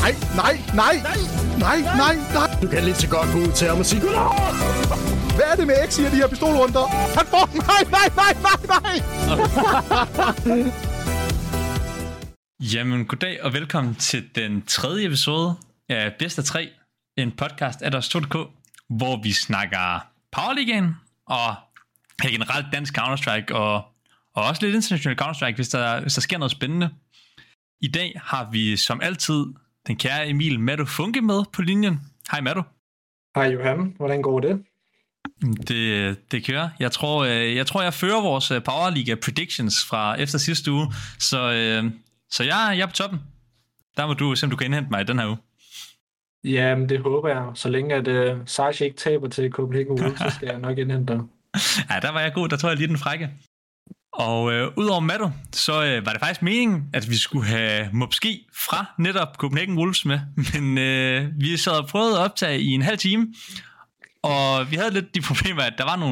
Nej. Du kan lige så godt gå ud til ham og sige, Hvad er det med X i de her pistolrunder? Han får... Nej. Jamen, goddag og velkommen til den 3. episode af Bedst af 3, en podcast af Dust2.dk, hvor vi snakker Powerligaen og generelt dansk Counter-Strike og også lidt international Counter-Strike, hvis der sker noget spændende. I dag har vi som altid den kære Emil Maddo Funke med på linjen. Hej Maddo. Hej Johan, hvordan går det? Det kører. Jeg tror, jeg fører vores Powerliga predictions fra efter sidste uge, så jeg er på toppen. Der må du se, om du kan indhente mig i den her uge. Jamen, det håber jeg. Så længe at Sarge ikke taber til Copenhagen Wolves, så skal jeg nok indhente dig. Ja, der var jeg god. Der tror jeg lige den frække. Og udover Maddo, så var det faktisk meningen, at vi skulle have Mopski fra netop Copenhagen Wolves med. Men vi sad og prøvede at optage i en halv time. Og vi havde lidt de problemer, at der var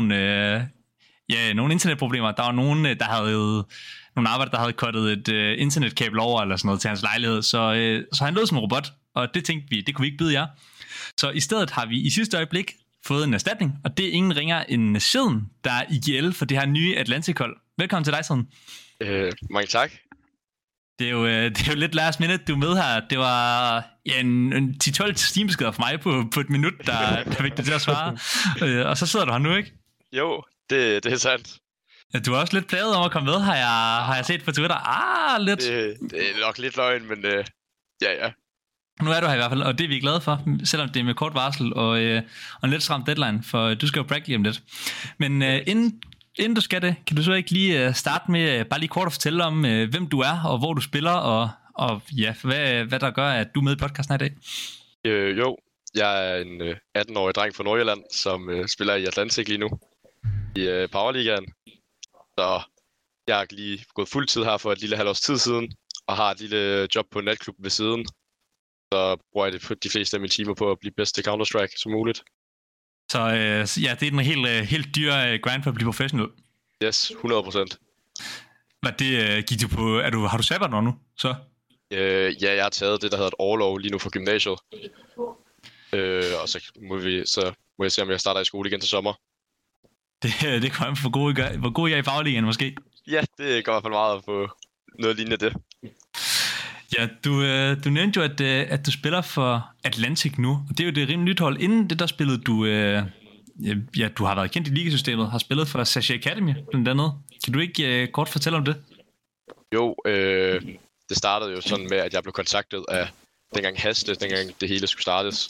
nogle internetproblemer. Der var nogen, der havde nogle arbejder, der havde cuttet et internetkabel over eller sådan noget til hans lejlighed. Så han lød som en robot, og det tænkte vi, det kunne vi ikke byde jer. Så i stedet har vi i sidste øjeblik fået en erstatning, og det er ingen ringer end Siden, der er IGL for det her nye Atlantic-hold. Velkommen til dig, Siden. Mange tak. Det er jo lidt last minute, du er med her. Det var en 10-12 Steam-beskeder for mig på et minut, der fik det til at svare. Og så sidder du her nu, ikke? Jo, det er sandt. Ja, du er også lidt plaget om at komme med, har jeg set på Twitter. Lidt. Det er nok lidt løgn, men ja. Nu er du her i hvert fald, og det er vi glade for, selvom det er med kort varsel og en lidt stram deadline, for du skal jo brække lige om lidt. Men inden du skal det, kan du så ikke lige starte med bare lige kort at fortælle om, hvem du er, og hvor du spiller, og ja, hvad der gør, at du er med i podcasten her i dag? Jo, jeg er en 18-årig dreng fra Nordjylland, som spiller i Atlantic lige nu, i Powerligaen. Så jeg har lige gået fuld tid her for et lille halvårs tid siden, og har et lille job på en natklub ved siden. Så bruger jeg de fleste af mine timer på at blive bedst til Counter-Strike som muligt. Så ja, det er den helt dyre grind for at blive professionel. Yes, 100%. Hvad det gik du på? Har du sabbatår nu? Så? Ja, jeg har taget det, der hedder et overlov lige nu for gymnasiet. Og så må jeg se, om jeg starter i skole igen til sommer. Det kommer an på, hvor god jeg er i Powerligaen måske. Ja, det går i hvert fald meget at få noget lignende det. Ja, du nævnte jo, at du spiller for Atlantic nu, og det er jo det rimelig nyt hold. Inden det, der spillede du, du har været kendt i ligasystemet, har spillet for Sashi Academy blandt andet. Kan du ikke kort fortælle om det? Jo, det startede jo sådan med, at jeg blev kontaktet af dengang det hele skulle startes.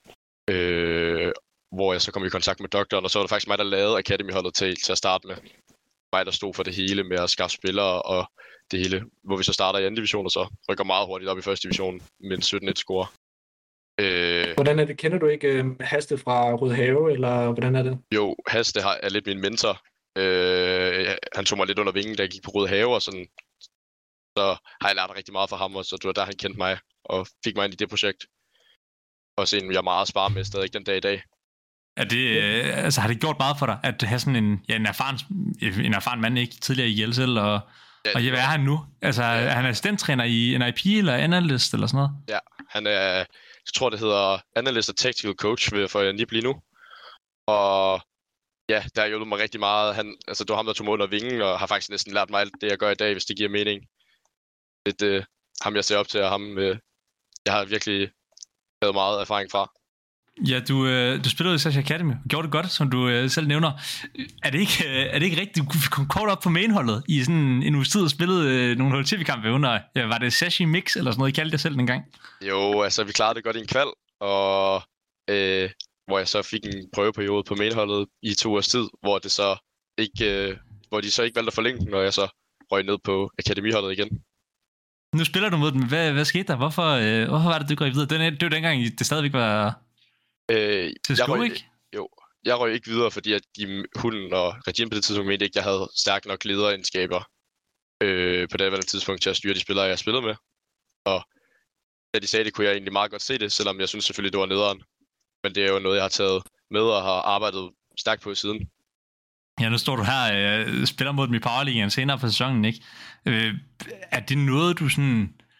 Hvor jeg så kom i kontakt med doktoren, og så var det faktisk mig, der lavede Academy-holdet til at starte med. Mig, der stod for det hele med at skaffe spillere og det hele, hvor vi så starter i anden division, og så rykker meget hurtigt op i første division med en 17-1 score. Hvordan er det? Kender du ikke Haste fra Rødhave, eller hvordan er det? Jo, Haste er lidt min mentor. Han tog mig lidt under vingen, da jeg gik på Rødhave, og sådan. Så har jeg lært rigtig meget fra ham, og så det var der, han kendte mig, og fik mig ind i det projekt. Og så jeg er meget spare med stadig den dag i dag. Er det, har det gjort meget for dig, at have sådan en erfaren mand, ikke tidligere i IGL selv, og hvad er han nu? Altså, er han assistenttræner i NIP eller analyst eller sådan noget? Ja, han er, jeg tror det hedder analyst og tactical coach for NIP lige nu. Og ja, der har hjulpet mig rigtig meget. Det var ham, der tog mig under vingen, og har faktisk næsten lært mig alt det, jeg gør i dag, hvis det giver mening. Det ham, jeg ser op til, og ham, jeg har virkelig taget meget erfaring fra. Ja, du spillede i Sashi Academy og gjorde det godt, som du selv nævner. Er det ikke rigtigt, du kom kort op på mainholdet i sådan en uges tid og spillede nogle HLTV-kampe under, var det Sashi Mix eller sådan noget, I kaldte det selv dengang? Jo, altså vi klarede det godt i en kval, og hvor jeg så fik en prøveperiode på mainholdet i 2 års tid, hvor de så ikke valgte at forlænge den, og jeg så røg ned på akademiholdet igen. Nu spiller du mod dem. Hvad skete der? Hvorfor var det, du går videre? Det var dengang, det stadigvæk var til sko, ikke? Jo, jeg røg ikke videre, fordi at hunden og Regine på det tidspunkt mente ikke, jeg havde stærkt nok lederegenskaber på det tidspunkt til at styre de spillere, jeg spillede med. Og da de sagde det, kunne jeg egentlig meget godt se det, selvom jeg synes selvfølgelig, det var nederen. Men det er jo noget, jeg har taget med og har arbejdet stærkt på siden. Ja, nu står du her spiller mod dem i Powerligaen senere på sæsonen, ikke? Er det noget, du sådan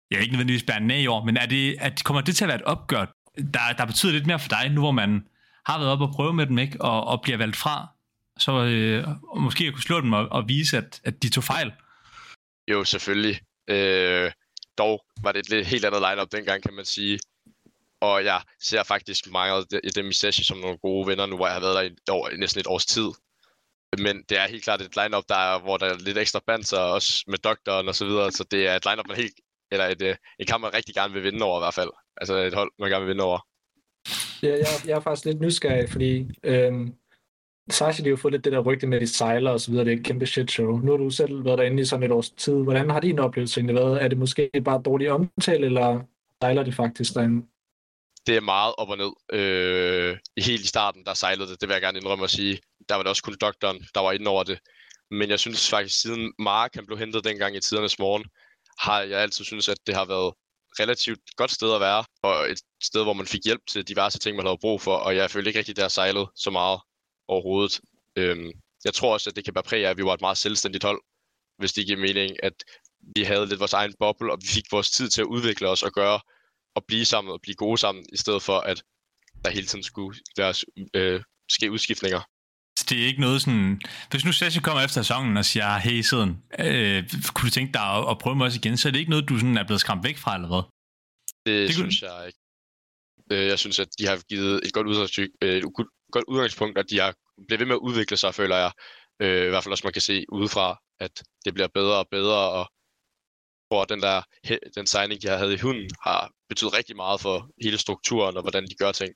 ja, ikke nødvendigvis bære ned i år, men kommer det til at være et opgør, der betyder lidt mere for dig, nu hvor man har været op og prøve med dem, ikke, og bliver valgt fra, så måske at kunne slå dem og vise, at de tog fejl? Jo, selvfølgelig. Dog var det et lidt helt andet lineup dengang, kan man sige. Og jeg ser faktisk mange af dem i Session som nogle gode venner nu, hvor jeg har været der i næsten et års tid. Men det er helt klart et lineup, hvor der er lidt ekstra banter, også med doktoren og så videre. Så det er et lineup, en kamp, man rigtig gerne vil vinde over i hvert fald. Altså et hold, man gerne vil vinde over. Ja, jeg er faktisk lidt nysgerrig, fordi Sashi, de har jo fået lidt det der rygte med, de sejler og så videre. Det er et kæmpe shit show. Nu har du selv været derinde i sådan et års tid. Hvordan har din oplevelse egentlig været? Er det måske bare dårlig omtale, eller sejler de faktisk derinde? Det er meget op og ned. Helt i starten, der sejlede det vil jeg gerne indrømme at sige. Der var det også kun doktoren, der var inde over det. Men jeg synes faktisk, siden Mark han blev hentet dengang i tidernes morgen, har jeg altid synes, at det har været relativt godt sted at være, og et sted, hvor man fik hjælp til diverse ting, man havde brug for, og jeg følte ikke rigtig, det har sejlet så meget overhovedet. Jeg tror også, at det kan være præg af, at vi var et meget selvstændigt hold, hvis det giver mening, at vi havde lidt vores egen boble, og vi fik vores tid til at udvikle os og blive sammen og blive gode sammen, i stedet for, at der hele tiden skulle ske udskiftninger. Så det er ikke noget sådan... Hvis nu Session kommer efter sæsonen og siger, hey siden, kunne du tænke dig at prøve mig også igen, så er det ikke noget, du sådan er blevet skræmt væk fra, eller hvad? Det synes jeg ikke. Jeg synes, at de har givet et godt udgangspunkt, at de har blevet ved med at udvikle sig, føler jeg. I hvert fald også, man kan se udefra, at det bliver bedre og bedre, og hvor den signing, de har havde i hunden, har betydet rigtig meget for hele strukturen og hvordan de gør ting.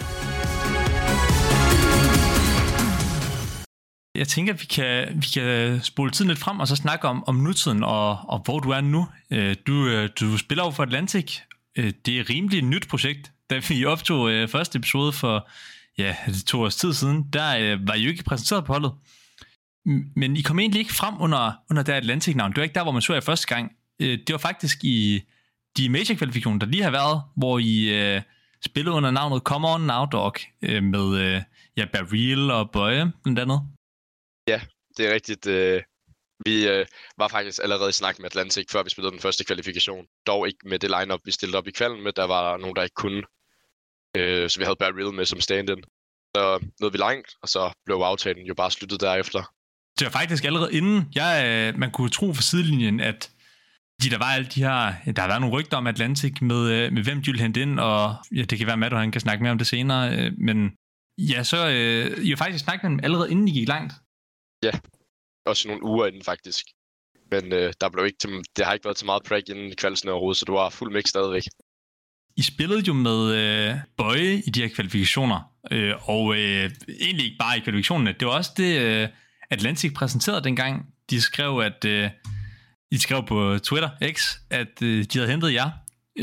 Jeg tænker, at vi kan spole tiden lidt frem og så snakke om nutiden og hvor du er nu. Du spiller over for Atlantic. Det er et rimelig nyt projekt. Da vi optog første episode for 2 års tid siden, der var I jo ikke præsenteret på holdet. Men I kom egentlig ikke frem under det Atlantic-navn. Det var ikke der, hvor man så jer første gang. Det var faktisk i de major-kvalifikationer, der lige har været, hvor I spillede under navnet Come On Now Dog med Barrel og Bøje blandt andet. Ja, det er rigtigt. Vi var faktisk allerede i snak med Atlantic, før vi spillede den første kvalifikation. Dog ikke med det lineup, vi stillede op i kvalden med. Der var nogen, der ikke kunne. Så vi havde Barrel med som stand-in. Så nåede vi langt, og så blev aftalen jo bare sluttet derefter. Det var faktisk allerede inden. Man kunne tro fra sidelinjen, at der var alle de her... Der har været nogle rygter om Atlantic med hvem de ville hente ind, og det kan være, Matt, han kan snakke mere om det senere. Men ja, så I har faktisk snakket med dem allerede inden I gik langt. Ja, også nogle uger inden faktisk. Men det har ikke været til meget prag inden kvalsen overhovedet, så du var fuld mix stadigvæk. I spillede jo med Bøje i de her kvalifikationer, og egentlig ikke bare i kvalifikationerne. Det var også det, Atlantic præsenterede dengang. De skrev, I skrev på Twitter X, at de havde hentet jer.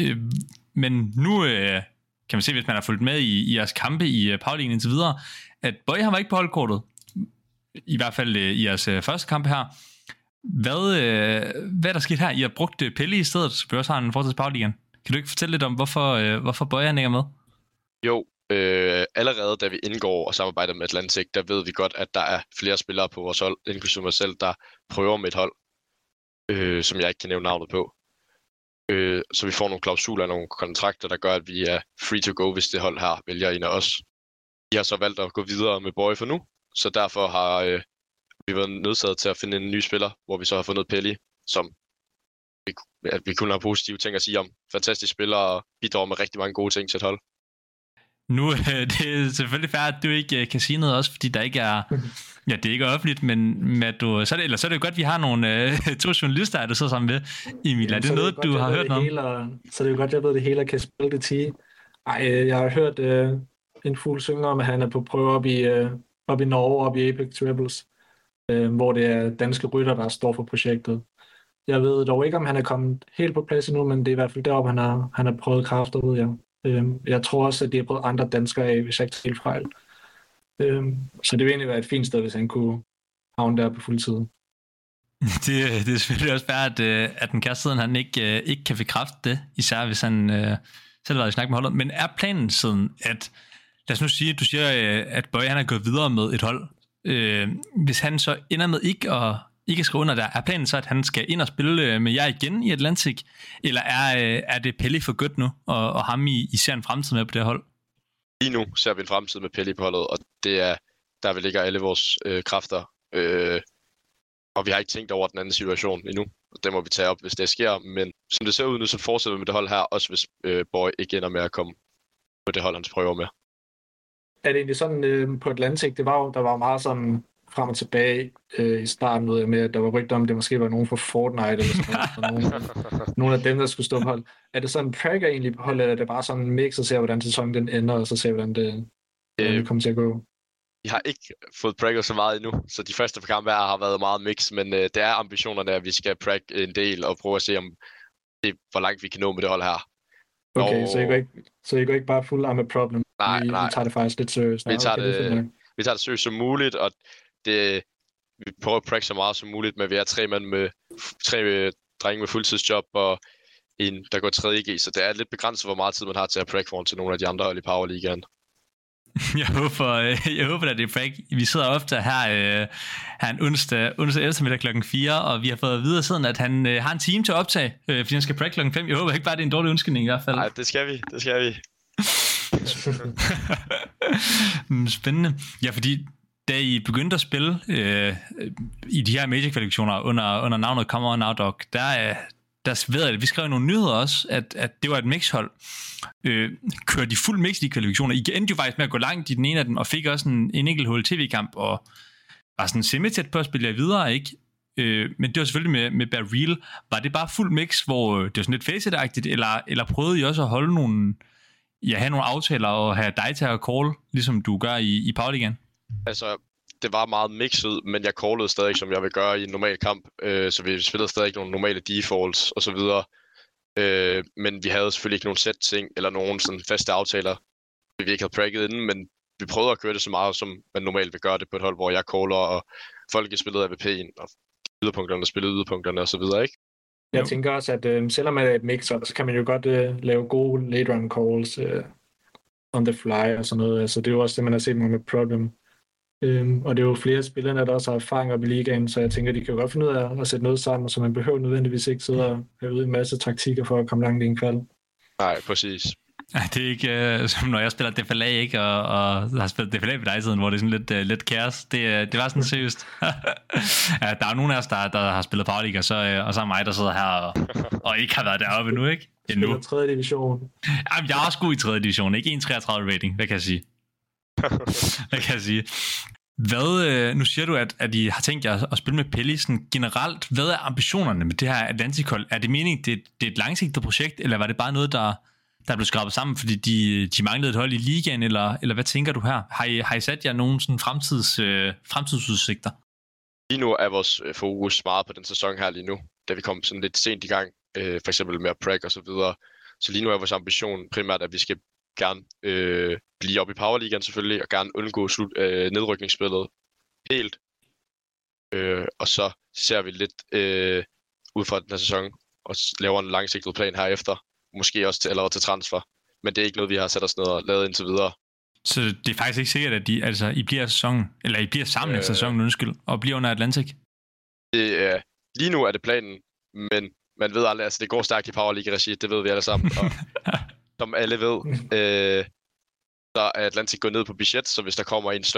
Men nu kan man se, hvis man har fulgt med i jeres kampe i powerligaen indtil videre, at Bøje har var ikke på holdkortet. I hvert fald i jeres første kamp her. Hvad er der sket her? I har brugt Pelle i stedet, så vi også har en fortsat powerligaen. Kan du ikke fortælle lidt om, hvorfor Bøje han ikke er med? Jo, allerede da vi indgår og samarbejder med Atlantic, der ved vi godt, at der er flere spillere på vores hold, inklusive mig selv, der prøver med et hold, som jeg ikke kan nævne navnet på. Så vi får nogle klausuler og nogle kontrakter, der gør, at vi er free to go, hvis det hold her vælger en af os. Vi har så valgt at gå videre med Bøje for nu, så derfor har vi været nødsaget til at finde en ny spiller, hvor vi så har fundet Pelli, som vi kun har positive ting at sige om. Fantastisk spiller og bidrager med rigtig mange gode ting til et hold. Nu det er selvfølgelig fair, at du ikke kan sige noget også, fordi der ikke er... Ja, det er ikke offentligt, men så er det jo godt, at vi har nogle 2 journalister, der så sammen med. Emil, er det noget, du har hørt noget? Så det er jo godt, jeg ved det hele og kan spille det 10. Jeg har hørt en fugl synge om, at han er på prøve op i Norge, op i Apex Rebels, hvor det er danske rytter, der står for projektet. Jeg ved dog ikke, om han er kommet helt på plads endnu, men det er i hvert fald deroppe, han har prøvet kræfter, ved jeg. Jeg tror også, at de har prøvet andre danskere af, hvis jeg ikke tager helt fejl. Så det vil egentlig være et fint sted, hvis han kunne havne der på fuld tid. Det er selvfølgelig også bare, at den kæreste siden, han ikke kan bekræfte det, især hvis han selv har været i snak med holdet. Men er planen siden, at lad os nu sige, at du siger, at Bøje han er gået videre med et hold. Hvis han så ender med ikke ikke skrive under der. Er planen så, at han skal ind og spille med jer igen i Atlantic? Eller er det Pelly for godt nu, og ham I ser en fremtid med på det hold? Lige nu ser vi en fremtid med Pelly på holdet, og det er der vi ligger alle vores kræfter. Og vi har ikke tænkt over den anden situation endnu. Det må vi tage op, hvis det sker. Men som det ser ud nu, så fortsætter vi med det hold her, også hvis Boy ikke ender med at komme på det hold, han prøver med. Er det egentlig sådan på Atlantic, der var meget sådan frem og tilbage i starten noget med, at der var rygter om, det måske var nogen fra Fortnite eller sådan noget, nogle af dem, der skulle stå på hold. Er det sådan Prager egentlig på hold, eller er det bare sådan en mix, og ser, hvordan sæsonen den ender, og så ser, hvordan det kommer til at gå? Vi har ikke fået Prager så meget endnu, så de første kampe her har været meget mix, men det er ambitionerne, at vi skal prag en del og prøve at se, om det, hvor langt vi kan nå med det hold her. Okay, så I går ikke bare fuld arm problem? Nej. Vi tager det faktisk lidt seriøst. Vi tager det seriøst som muligt, og vi prøver at prag så meget som muligt, men vi er tre drenge med fuldtidsjob og en, der går 3.G, så det er lidt begrænset, hvor meget tid man har til at prag foran til nogle af de andre hold i Powerligaen. Jeg håber, at det er prank. Vi sidder ofte her en onsdag eftermiddag klokken 4, og vi har fået at vide siden, at han har en time til at optage, fordi han skal prank klokken 5. Jeg håber ikke bare, det er en dårlig undskyldning i hvert fald. Nej, det skal vi. Spændende. Ja, fordi da I begyndte at spille i de her major-kvalifikationer under navnet Come On Now Dog, der ved jeg, at vi skrev nogle nyheder også, at det var et mixhold. Kørte de fuld mix i de kvalifikationer. I endte jo faktisk med at gå langt i den ene af dem, og fik også en enkelt HLTV-kamp, og var sådan semi-tæt på at spille jer videre, ikke? Men det var selvfølgelig med Bear Real. Var det bare fuld mix, hvor det var sådan lidt facet-agtigt, eller prøvede I også at holde have nogle aftaler og have dig til at call, ligesom du gør i Powerligaen? Altså, det var meget mixet, men jeg callede stadig, som jeg vil gøre i en normal kamp, så vi spillede stadig nogle normale defaults og så videre. Men vi havde selvfølgelig ikke nogen set ting eller nogen sådan faste aftaler, vi ikke havde pragget inden, men vi prøvede at køre det så meget, som man normalt vil gøre det på et hold, hvor jeg caller, og folk spillede AVP'en, og yderpunkterne spillede yderpunkterne og så videre, ikke? Jeg tænker også, at selvom man er et mix-up, så kan man jo godt lave gode late-run calls on the fly og sådan noget. Altså, det er jo også det, man har set med problem. Og det er jo flere spillere, der også har erfaring op i ligaen, så jeg tænker, de kan jo godt finde ud af at sætte noget sammen, så man behøver nødvendigvis ikke sidde og have ude en masse taktikker for at komme langt i en kval. Nej, præcis. Ja, det er ikke som når jeg spiller DFLA, ikke? Og har spillet DFLA på dig siden, hvor det er sådan lidt kaos. Det var sådan seriøst. Ja, der er nogen af os, der har spillet Powerliga, og så er mig, der sidder her og ikke har været deroppe endnu, ikke? Spiller 3. division. Jamen, jeg er også god i 3. division, ikke? 1,33 rating, hvad kan jeg sige? Nu siger du, at I har tænkt jer at spille med Pelly sådan generelt. Hvad er ambitionerne med det her Atlantic-hold? Er det meningen, det er et langsigtet projekt, eller var det bare noget, der blev skrabet sammen, fordi de manglede et hold i ligaen, eller hvad tænker du her? Har I sat jer nogle sådan fremtidsudsigter? Lige nu er vores fokus meget på den sæson her lige nu, da vi kom sådan lidt sent i gang, for eksempel med at prag og så videre. Så lige nu er vores ambition primært, at vi skal gerne blive op i Powerligaen selvfølgelig, og gerne undgå nedrykningsspillet helt. Og så ser vi lidt ud fra den her sæson, og laver en langsigtet plan herefter. Måske også allerede til transfer. Men det er ikke noget, vi har sat os ned og lavet indtil videre. Så det er faktisk ikke sikkert, at I bliver sæsonen, eller I bliver sammen efter sæsonen, undskyld, og bliver under Atlantic? Lige nu er det planen, men man ved aldrig, altså det går stærkt i Powerliga-regi, det ved vi alle sammen. Og som alle ved, så er Atlantic gået ned på budget, så hvis der kommer et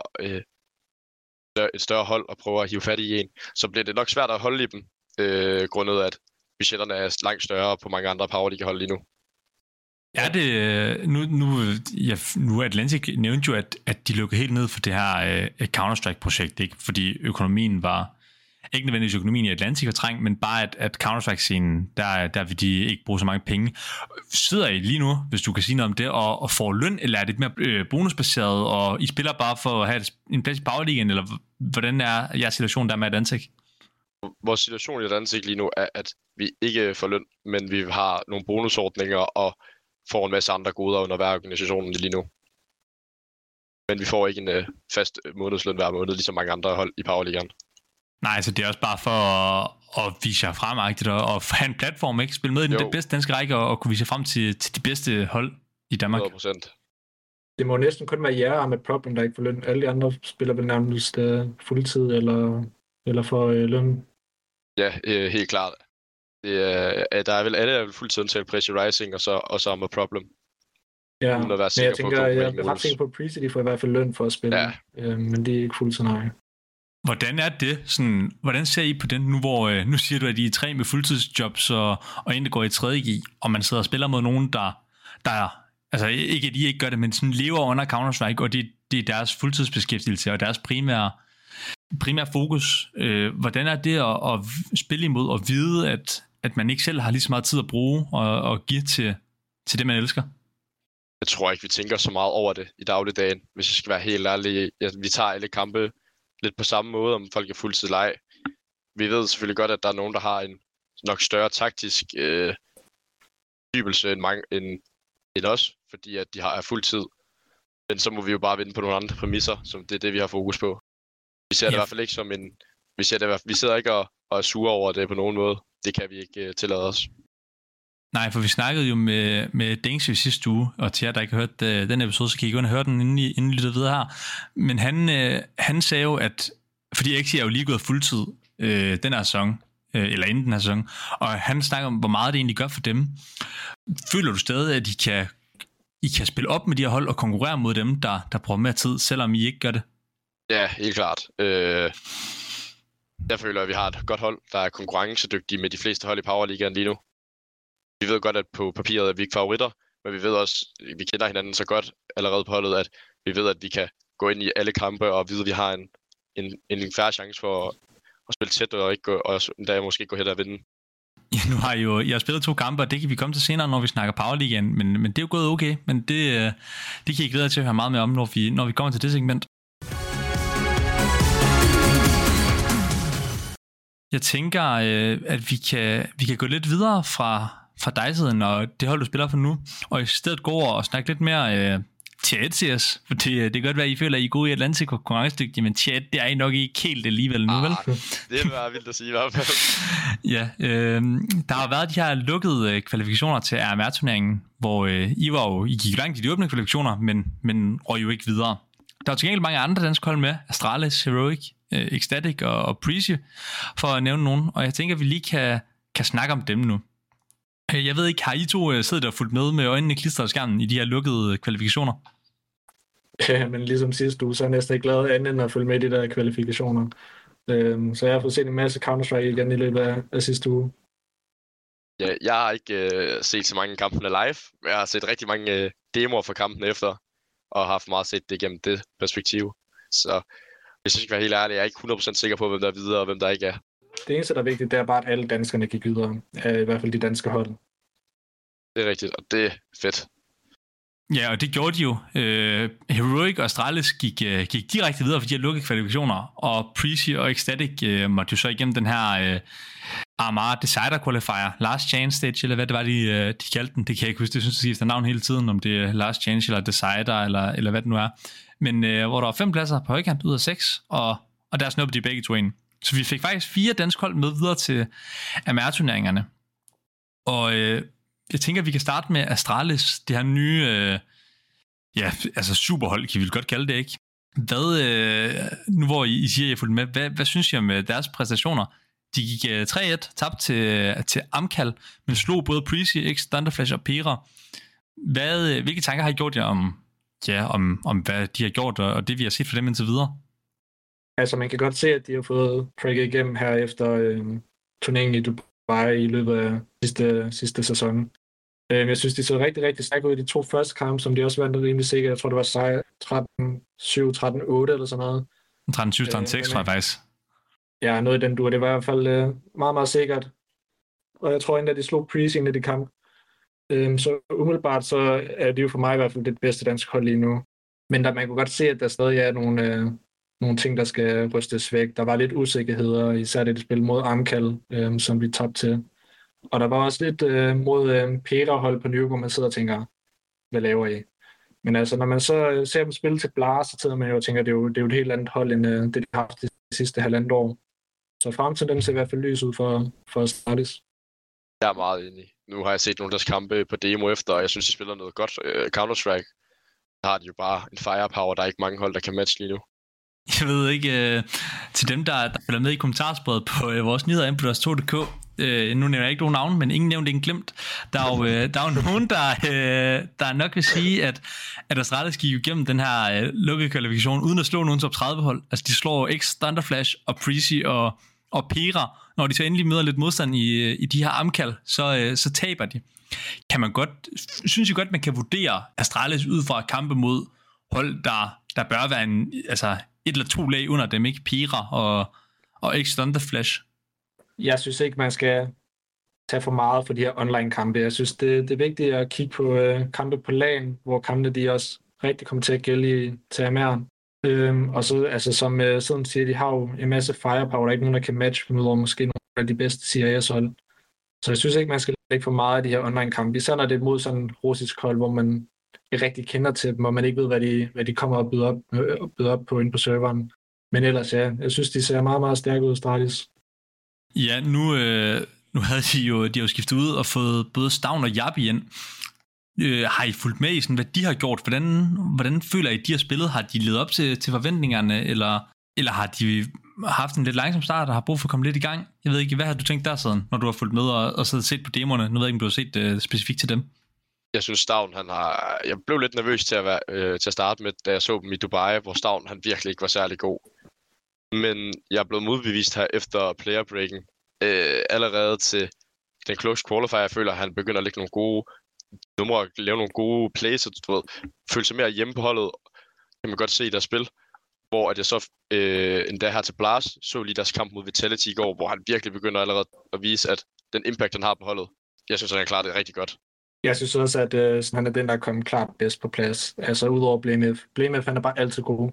større hold og prøver at hive fat i en, så bliver det nok svært at holde i dem, grundet at budgetterne er langt større på mange andre Powerliga-hold lige nu. Er det, nu Atlantic nævnte jo, at de lukkede helt ned for det her Counter-Strike-projekt, ikke? Fordi økonomien var, ikke nødvendigvis økonomien i Atlantic var trængt, men bare at Counter-Strike-scenen, der vil de ikke bruge så mange penge. Sidder I lige nu, hvis du kan sige noget om det, og får løn, eller er det mere bonusbaseret, og I spiller bare for at have en plads i Powerligaen, eller hvordan er jeres situation der med Atlantic? Vores situation i Atlantic lige nu er, at vi ikke får løn, men vi har nogle bonusordninger og får en masse andre goder under hver organisationen lige nu. Men vi får ikke en fast månedsløn hver måned, ligesom mange andre hold i Powerligaen. Nej, så det er også bare for at vise jer fremagtigt og have en platform, ikke? Spille med i den bedste danske række og kunne vise jer frem til de bedste hold i Danmark. 100%. Det må næsten kun være jer med problem, der ikke får løn. Alle de andre spiller vel nærmest fuldtid eller eller for løn. Ja, helt klart. Der er vel alle er vel fuldtid undtaget Pressure Rising, og så Armor Problem. Ja, Uden at være men sikker jeg tænker, på jeg Copenhagen er ret Wolves. sikker på, at Prezi, de får i hvert fald løn for at spille, Ja. men det er ikke fuldtid, nej. Hvordan er det? Sådan, hvordan ser I på den nu, hvor nu siger du, at I er 3 med fuldtidsjobs og en, der går i 3.G, og man sidder og spiller mod nogen, der altså ikke at I ikke gør det, men sådan lever under Counter-Strike, og det er deres fuldtidsbeskæftigelse og deres primære fokus. Hvordan er det at spille imod og vide, at man ikke selv har lige så meget tid at bruge og give til det, man elsker? Jeg tror ikke, vi tænker så meget over det i dagligdagen, hvis jeg skal være helt ærlig. Vi tager alle kampe lidt på samme måde, om folk er fuldtid leg. Vi ved selvfølgelig godt, at der er nogen, der har en nok større taktisk dybelse end os, fordi at de har fuldtid. Men så må vi jo bare vinde på nogle andre præmisser, som det er det, vi har fokus på. Vi ser det i hvert fald ikke som en... Vi sidder ikke og er sure over det på nogen måde. Det kan vi ikke tillade os. Nej, for vi snakkede jo med Dingsy sidste uge, og til jer, der ikke har hørt den episode, så kan I gå ind og høre den, inden I lytter videre her. Men han sagde jo, at fordi Exi er jo lige gået fuldtid den her sæson, eller inden den her sæson, og han snakker om, hvor meget det egentlig gør for dem. Føler du stadig, at I kan spille op med de her hold og konkurrere mod dem, der bruger mere tid, selvom I ikke gør det? Ja, helt klart. Jeg føler, at vi har et godt hold, der er konkurrencedygtige med de fleste hold i Powerligaen lige nu. Vi ved godt, at på papiret er vi ikke favoritter, men vi ved også, at vi kender hinanden så godt allerede på holdet, at vi ved, at vi kan gå ind i alle kampe og vide, at vi har en færre chance for at spille tæt og ikke gå, og der måske gå hen og vinde. Ja, nu har I har spillet 2 kampe, og det kan vi komme til senere, når vi snakker Powerligaen, men det er jo gået okay, men det kan I glæde jer til at høre meget mere om, når vi kommer til det segment. Jeg tænker, at vi kan gå lidt videre fra dig siden, og det hold, du spiller for nu, og i stedet gå over og snakke lidt mere Tier 1 CS, for det kan godt være, at I føler, at I er gode i Atlantic og konkurrencedygtige, men Tier 1, det er I nok ikke helt alligevel nu, vel? Det var vildt at sige i hvert fald. Ja, der har været de her lukkede kvalifikationer til RMR-turneringen, hvor I gik langt i de åbne kvalifikationer, men røg jo ikke videre. Der var til gengæld mange andre danske hold med, Astralis, Heroic, Ecstatic og Prezi, for at nævne nogen, og jeg tænker, at vi lige kan snakke om dem nu. Jeg ved ikke, har I to siddet og fulgt med øjnene klistret af skærmen i de her lukkede kvalifikationer? Ja, men ligesom sidste uge, så er jeg næsten ikke glad andet end at følge med i de der kvalifikationer. Så jeg har fået set en masse Counter-Strike igen i løbet af sidste uge. Ja, jeg har ikke set så mange kampene live. Jeg har set rigtig mange demoer fra kampen efter, og har haft meget set det gennem det perspektiv. Så hvis jeg skal være helt ærlig, jeg er ikke 100% sikker på, hvem der er videre og hvem der ikke er. Det eneste, der er vigtigt, det er bare, at alle danskerne gik videre. I hvert fald de danske hold. Det er rigtigt, og det er fedt. Ja, og det gjorde de jo. Heroic og Astralis gik direkte videre, fordi de har lukket kvalifikationer, og Prezi og Ecstatic måtte jo så igennem den her Armar Decider Qualifier, Last Chance Stage, eller hvad det var, de kaldte den. Det kan jeg ikke huske, det synes jeg skifter navn hele tiden, om det er Last Chance eller Decider, eller hvad det nu er. Men hvor der var 5 pladser på højkant ud af 6, og der snuppede de begge to ind. Så vi fik faktisk 4 danske hold med videre til RMR-turneringerne. Og jeg tænker, at vi kan starte med Astralis, det her nye, superhold, kan vi godt kalde det, ikke? Nu hvor I siger, at I har fulgt med, hvad synes I om deres præstationer? De gik 3-1, tabt til Amcal, men slog både Prezi, X, Thunderflash og Pera. Hvilke tanker har I gjort jer om hvad de har gjort, og det vi har set for dem indtil videre? Altså, man kan godt se, at de har fået prikket igennem her efter turneringen i Dubai i løbet af sidste sæson. Jeg synes, de så rigtig, rigtig stærkt ud i de 2 første kampe, som de også vandt rimelig sikkert. Jeg tror, det var 13-7, 13-8 eller sådan noget. 13-7, 13-6, tror jeg faktisk. Ja, noget i den dur. Det var i hvert fald meget, meget sikkert. Og jeg tror endda, de slog Prezi ind i de kamp. Så umiddelbart så er det jo for mig i hvert fald det bedste danske hold lige nu. Men man kunne godt se, at der stadig er nogle ting, der skal rystes væk. Der var lidt usikkerheder, især det spil mod Amcal, som vi tabte til. Og der var også lidt mod Pera-hold på Nürburgring, man sidder og tænker, hvad laver I? Men altså, når man så ser dem spille til Blas, så sidder man jo og tænker, det er jo et helt andet hold, end det de har haft de sidste 1,5 år. Så frem til dem ser i hvert fald lys ud for Astralis. Jeg er meget enig. Nu har jeg set nogle af deres kampe på demo efter, og jeg synes, de spiller noget godt Counter-Strike. Der har de jo bare en firepower, der er ikke mange hold, der kan matche lige nu. Jeg ved ikke, til dem, der følger med i kommentarsporet på vores nyheder inde på deres2.dk, nu nævner jeg ikke nogen navn, men ingen nævnt, ingen glemt. Der er jo nogen, der nok vil sige, at Astralis gik igennem den her lukkede kvalifikation uden at slå nogen top 30-hold. Altså de slår X, Thunderflash og Prezi og Pera. Når de så endelig møder lidt modstand i de her amkald, så taber de. Synes I godt, man kan vurdere Astralis ud fra kampe mod hold, der bør være et eller to lag under dem, ikke? Pera og X Thunderflash. Jeg synes ikke, man skal tage for meget for de her online-kampe. Jeg synes, det er vigtigt at kigge på kampe på LAN, hvor kampene de også rigtig kommer til at gælde til AMR'en. Og så, altså som sådan siger, de har jo en masse firepower, der er ikke nogen, der kan matche mod måske nogle af de bedste CIS-hold. Så jeg synes ikke, man skal lægge for meget af de her online-kampe. Især når det er mod sådan en russisk hold, hvor man ikke rigtig kender til dem, og man ikke ved, hvad de kommer og byder op på inde på serveren. Men ellers ja, jeg synes, de ser meget, meget stærke ud, Astralis. Ja, nu havde de jo skiftet ud og fået både Stavn og Jabi ind. Har I fulgt med i sådan, hvad de har gjort? Hvordan føler I, de har spillet? Har de levet op til forventningerne, eller har de haft en lidt langsom start og har brug for at komme lidt i gang? Jeg ved ikke, hvad har du tænkt der sådan, når du har fulgt med og set på demoerne? Nu ved jeg ikke, om du har set specifikt til dem. Jeg synes, Stavn, jeg blev lidt nervøs til at starte med, da jeg så dem i Dubai, hvor Stavn han virkelig ikke var særlig god. Men jeg er blevet modbevist her efter playerbreaken. Allerede til den close qualifier, jeg føler, at han begynder at lægge nogle gode numre, lave nogle gode plays, og du ved, føle sig mere hjemme på holdet, kan man godt se i deres spil. Hvor at jeg så endda her til Blast så lige deres kamp mod Vitality i går, hvor han virkelig begynder allerede at vise, at den impact, han har på holdet, jeg synes, han har klaret det rigtig godt. Jeg synes også, at han er den, der er kommet klart bedst på plads. Altså udover BlameF. BlameF, han er bare altid god.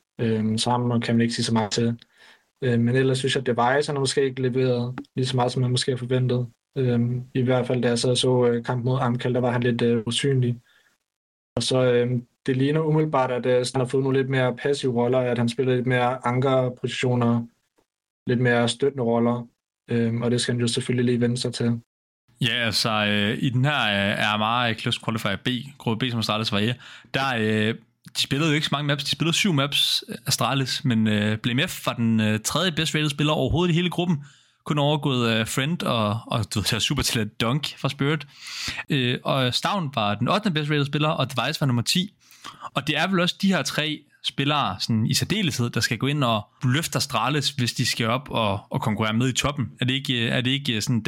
Sammen kan man ikke sige så meget til. Men ellers synes jeg, at Device han har måske ikke leveret lige så meget, som man måske har forventet. I hvert fald, da jeg så kamp mod Amkald, der var han lidt usynlig. Og så det ligner umiddelbart, at han har fået nogle lidt mere passive roller, at han spiller lidt mere ankerpositioner, lidt mere støttende roller. Og det skal han jo selvfølgelig lige vende sig til. Ja, altså i den her er meget close qualifier B, gruppe B, som Astralis var i, der de spillede jo ikke så mange maps, de spillede 7 maps Astralis, men BlameF var den tredje best rated spiller overhovedet i hele gruppen, kun overgået Friend og du ved, super til Dunk fra Spirit. Og Stavn var den 8. best rated spiller, og Device var nummer 10. Og det er vel også de her 3 spillere sådan, i særdeleshed, der skal gå ind og løfte Astralis, hvis de skal op og konkurrere med i toppen. Er det ikke sådan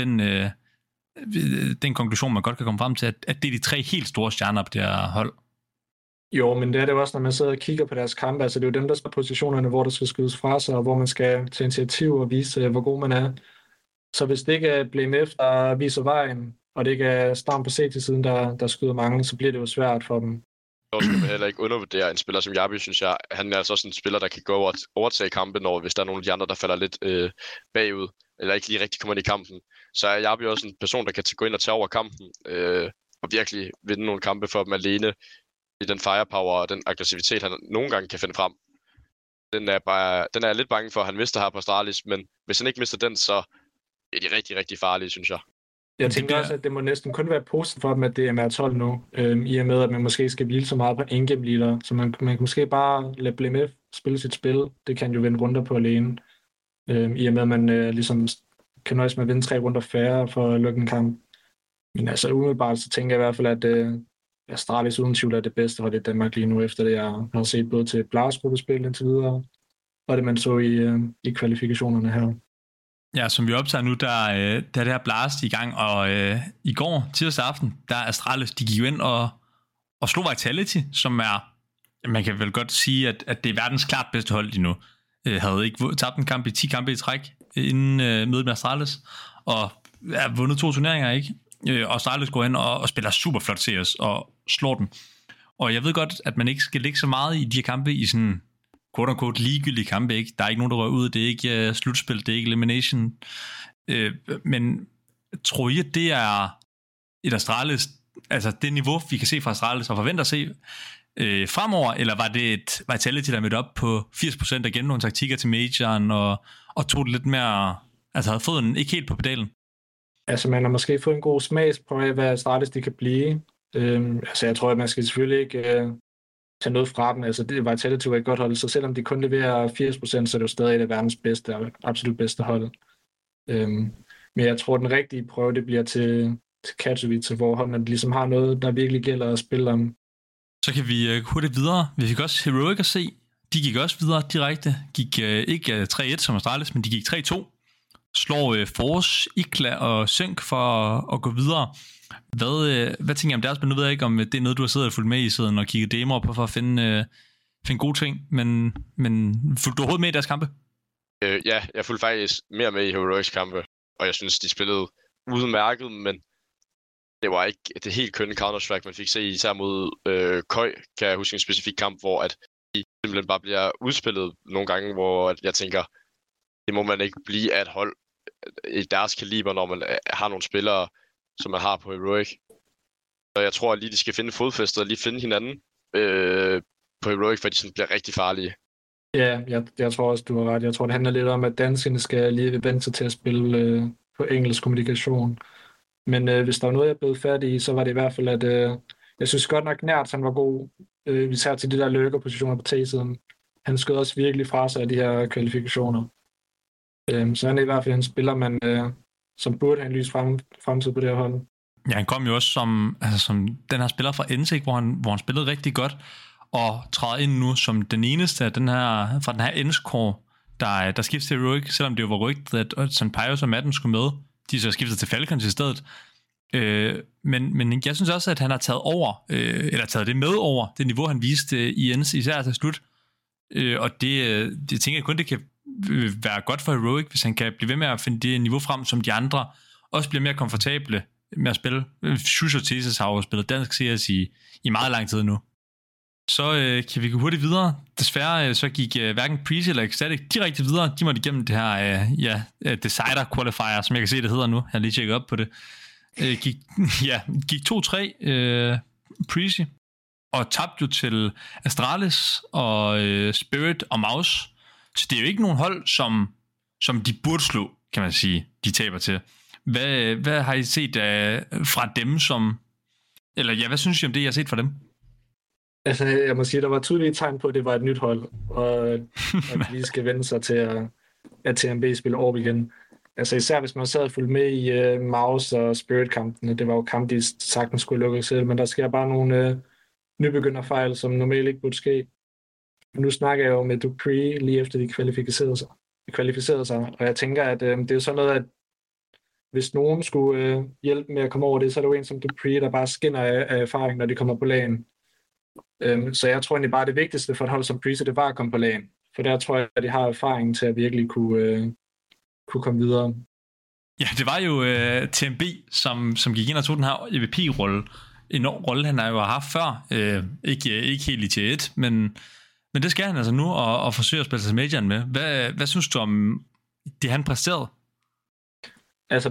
den konklusion, man godt kan komme frem til, at det er de 3 helt store stjerner på det her hold? Jo, men det er det også, når man sidder og kigger på deres kampe. Altså, det er jo dem, der skal positionerne, hvor der skal skydes fra sig, og hvor man skal tage initiativ og vise, hvor god man er. Så hvis det ikke er BlameF, der viser vejen, og det ikke er Stavn på CT-siden, der skyder mange, så bliver det jo svært for dem. Så skal man heller ikke undervurdere en spiller som Jabi, synes jeg. Han er altså også en spiller, der kan gå over overtage kampen, hvis der er nogle af de andre, der falder lidt bagud, eller ikke lige rigtig kommer ind i kampen. Så er Jabi også en person, der kan gå ind og tage over kampen, og virkelig vinde nogle kampe for dem alene, i den firepower og den aggressivitet, han nogle gange kan finde frem. Den er jeg lidt bange for, at han mister her på Astralis, men hvis han ikke mister den, så er de rigtig, rigtig farlige, synes jeg. Jeg tænker også, at det må næsten kun være positivt for dem, at det er MR12 nu, i og med, at man måske skal hvile så meget på in-game leader, så man kan måske bare lade BlameF spille sit spil. Det kan jo vinde runder på alene, i og med, at man ligesom kan nøjes med at vinde 3 runder færre for at lukke en kamp. Men altså umiddelbart, så tænker jeg i hvert fald, at Astralis uden tvivl er det bedste hold i Danmark lige nu, efter det jeg har set både til Blast-gruppespil indtil videre, og det man så i kvalifikationerne her. Ja, som vi optager nu, der er det her Blast i gang, og i går, tirsdag aften, der er Astralis, de gik ind og slog Vitality, som er, man kan vel godt sige, at det er verdens klart bedste hold lige nu. Havde ikke tabt en kamp i 10 kampe i træk inden mødet med Astralis, og har vundet 2 turneringer, ikke? Og Astralis går ind og spiller super flot CS og slår dem. Og jeg ved godt, at man ikke skal lægge så meget i de her kampe i sådan quote-unquote ligegyldige kampe, ikke? Der er ikke nogen, der rører ud, det er ikke slutspil, det er ikke elimination. Men tror I, at det er et Astralis, altså det niveau, vi kan se fra Astralis og forventer at se fremover, eller var det et Vitality, der mødte op på 80% og gennem nogle taktikker til majoren og tog det lidt mere, altså havde fået den ikke helt på pedalen? Altså man har måske fået en god smagsprøve af, hvad Astralis de kan blive. Altså jeg tror, at man skal selvfølgelig ikke tage noget fra dem. Altså, det Vitality var et godt hold, så selvom de kun leverer 80%, så er det jo stadig det verdens bedste og absolut bedste hold. Men jeg tror, den rigtige prøve, det bliver til Katowice, hvor holdene ligesom har noget, der virkelig gælder at spille om. Så kan vi hurtigt videre. Vi fik også Heroic at se. De gik også videre direkte. Gik ikke 3-1 som Astralis, men de gik 3-2. Slår Force, Ikla og Sync for at gå videre. Hvad tænker jeg om deres spil? Nu ved jeg ikke, om det er noget, du har siddet og fulgt med i siden og kigget demoer på for at finde gode ting. Men fulgte du overhovedet med i deres kampe? Ja, jeg fulgte faktisk mere med i Heroics kampe. Og jeg synes, de spillede udmærket, men det var ikke det helt kønne Counter-Strike, man fik se, især mod Køj, kan jeg huske en specifik kamp, hvor at de simpelthen bare bliver udspillet nogle gange, hvor jeg tænker, det må man ikke blive af et hold i deres kaliber, når man har nogle spillere, som man har på Heroic. Så jeg tror, at lige de skal finde fodfæstet og lige finde hinanden på Heroic, for de sådan bliver rigtig farlige. Ja, jeg tror også, du har ret. Jeg tror, det handler lidt om, at danskerne skal lige vente sig til at spille på engelsk kommunikation. Men hvis der var noget, jeg blev færdig i, så var det i hvert fald, at jeg synes godt nok Nært, han var god, især til de der løkkerpositioner på T-siden. Han skød også virkelig fra sig af de her kvalifikationer. Så han er i hvert fald en spiller, man, som burde have en lys fremtid på det her hold. Ja, han kom jo også som den her spiller fra NSIG, hvor han spillede rigtig godt, og træder ind nu som den eneste af fra den her NScore, der skifter til Heroic, selvom det jo var rygtet, at Sampaios og Madden skulle med. De så skiftet til Falcons i stedet. Men jeg synes også, at han har taget det med over det niveau, han viste i NS, især til slut. Og det tænker jeg kun, det kan være godt for Heroic, hvis han kan blive ved med at finde det niveau frem, som de andre også bliver mere komfortable med at spille. Shusho Thesis har jo spillet dansk CS i meget lang tid nu. Så kan vi gå hurtigt videre. Desværre så gik hverken Preasy eller Ecstatic direkte videre. De måtte igennem det her Decider Qualifier, som jeg kan se, det hedder nu. Jeg har lige tjekket op på det. Gik 2-3 Preasy, og tabte jo til Astralis og Spirit og Mouse. Så det er jo ikke nogen hold, som de burde slå, kan man sige, de taber til. Hvad har I set fra dem hvad synes I om det, I har set fra dem? Altså, jeg må sige, der var tydelige tegn på, at det var et nyt hold, og at vi skal vende sig til at TMB spille over igen. Altså især hvis man sad og fulgte med i Mouse og Spirit-kampene, det var jo kampe, de sagtens skulle lukke selv, men der sker bare nogle nybegynderfejl, som normalt ikke burde ske. Nu snakker jeg jo med Dupree lige efter de kvalificerede sig, og jeg tænker, at det er sådan noget, at hvis nogen skulle hjælpe med at komme over det, så er det jo en som Dupree, der bare skinner af erfaring, når de kommer på lagen. Så jeg tror egentlig bare, det vigtigste for et hold som Preasy, det var at komme på lagen. For der tror jeg, at de har erfaringen til at virkelig kunne komme videre. Ja, det var jo TMB, som gik ind og tog den her EVP-rolle. En rolle, han har jo haft før. Ikke helt i tier 1, men det skal han altså nu, og forsøge at spille sig majoren med. Hvad synes du om det, han præsterede? Altså,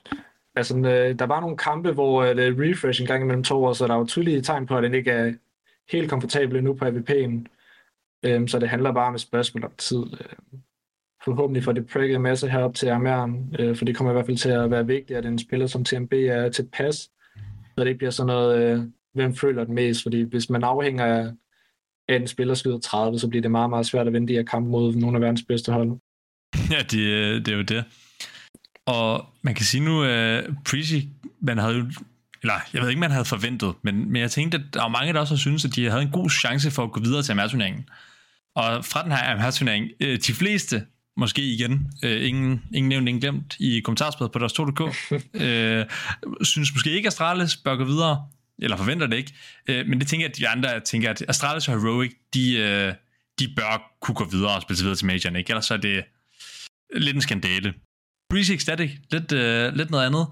der var nogle kampe, hvor det er refresh en gang imellem 2 år, så der er jo tydelige tegn på, at den ikke er helt komfortabel nu på AVP'en. Så det handler bare om et spørgsmål om tid. Forhåbentlig får det prikket en masse herop til RMR'en, for det kommer i hvert fald til at være vigtigt, at en spiller som TMB er tilpas, så det ikke bliver sådan noget, hvem føler det mest. Fordi hvis man afhænger af en spiller skyder 30, så bliver det meget, meget svært at vinde de her kampe mod nogle af verdens bedste hold. Ja, det er jo det. Og man kan sige nu, Preasy, man havde jo, eller jeg ved ikke, man havde forventet, men jeg tænkte, at der var mange, der også synes, at de havde en god chance for at gå videre til AMR-turneringen. Og fra den her AMR-turnering, de fleste, måske igen, ingen nævnt, ingen glemt, i kommentarspillet på deres2.dk, synes måske ikke, at Astralis bør gå videre, eller forventer det ikke, men det tænker jeg, at de andre tænker, at Astralis og Heroic, de bør kunne gå videre og spille videre til majoren, ikke? Ellers så er det lidt en skandale. Preasy Ecstatic, lidt noget andet.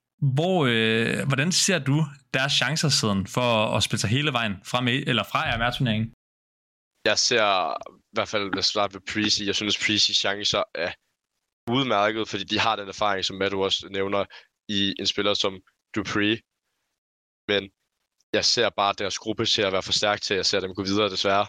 Hvordan ser du deres chancer siden for at spille sig hele vejen fra RMR-turneringen? Jeg ser i hvert fald, lad os starte med Preasy. Jeg synes, Preasys chancer er udmærket, fordi de har den erfaring, som Matt også nævner, i en spiller som Dupree. Men jeg ser bare deres gruppe til at være for stærk til, jeg ser dem gå videre, desværre.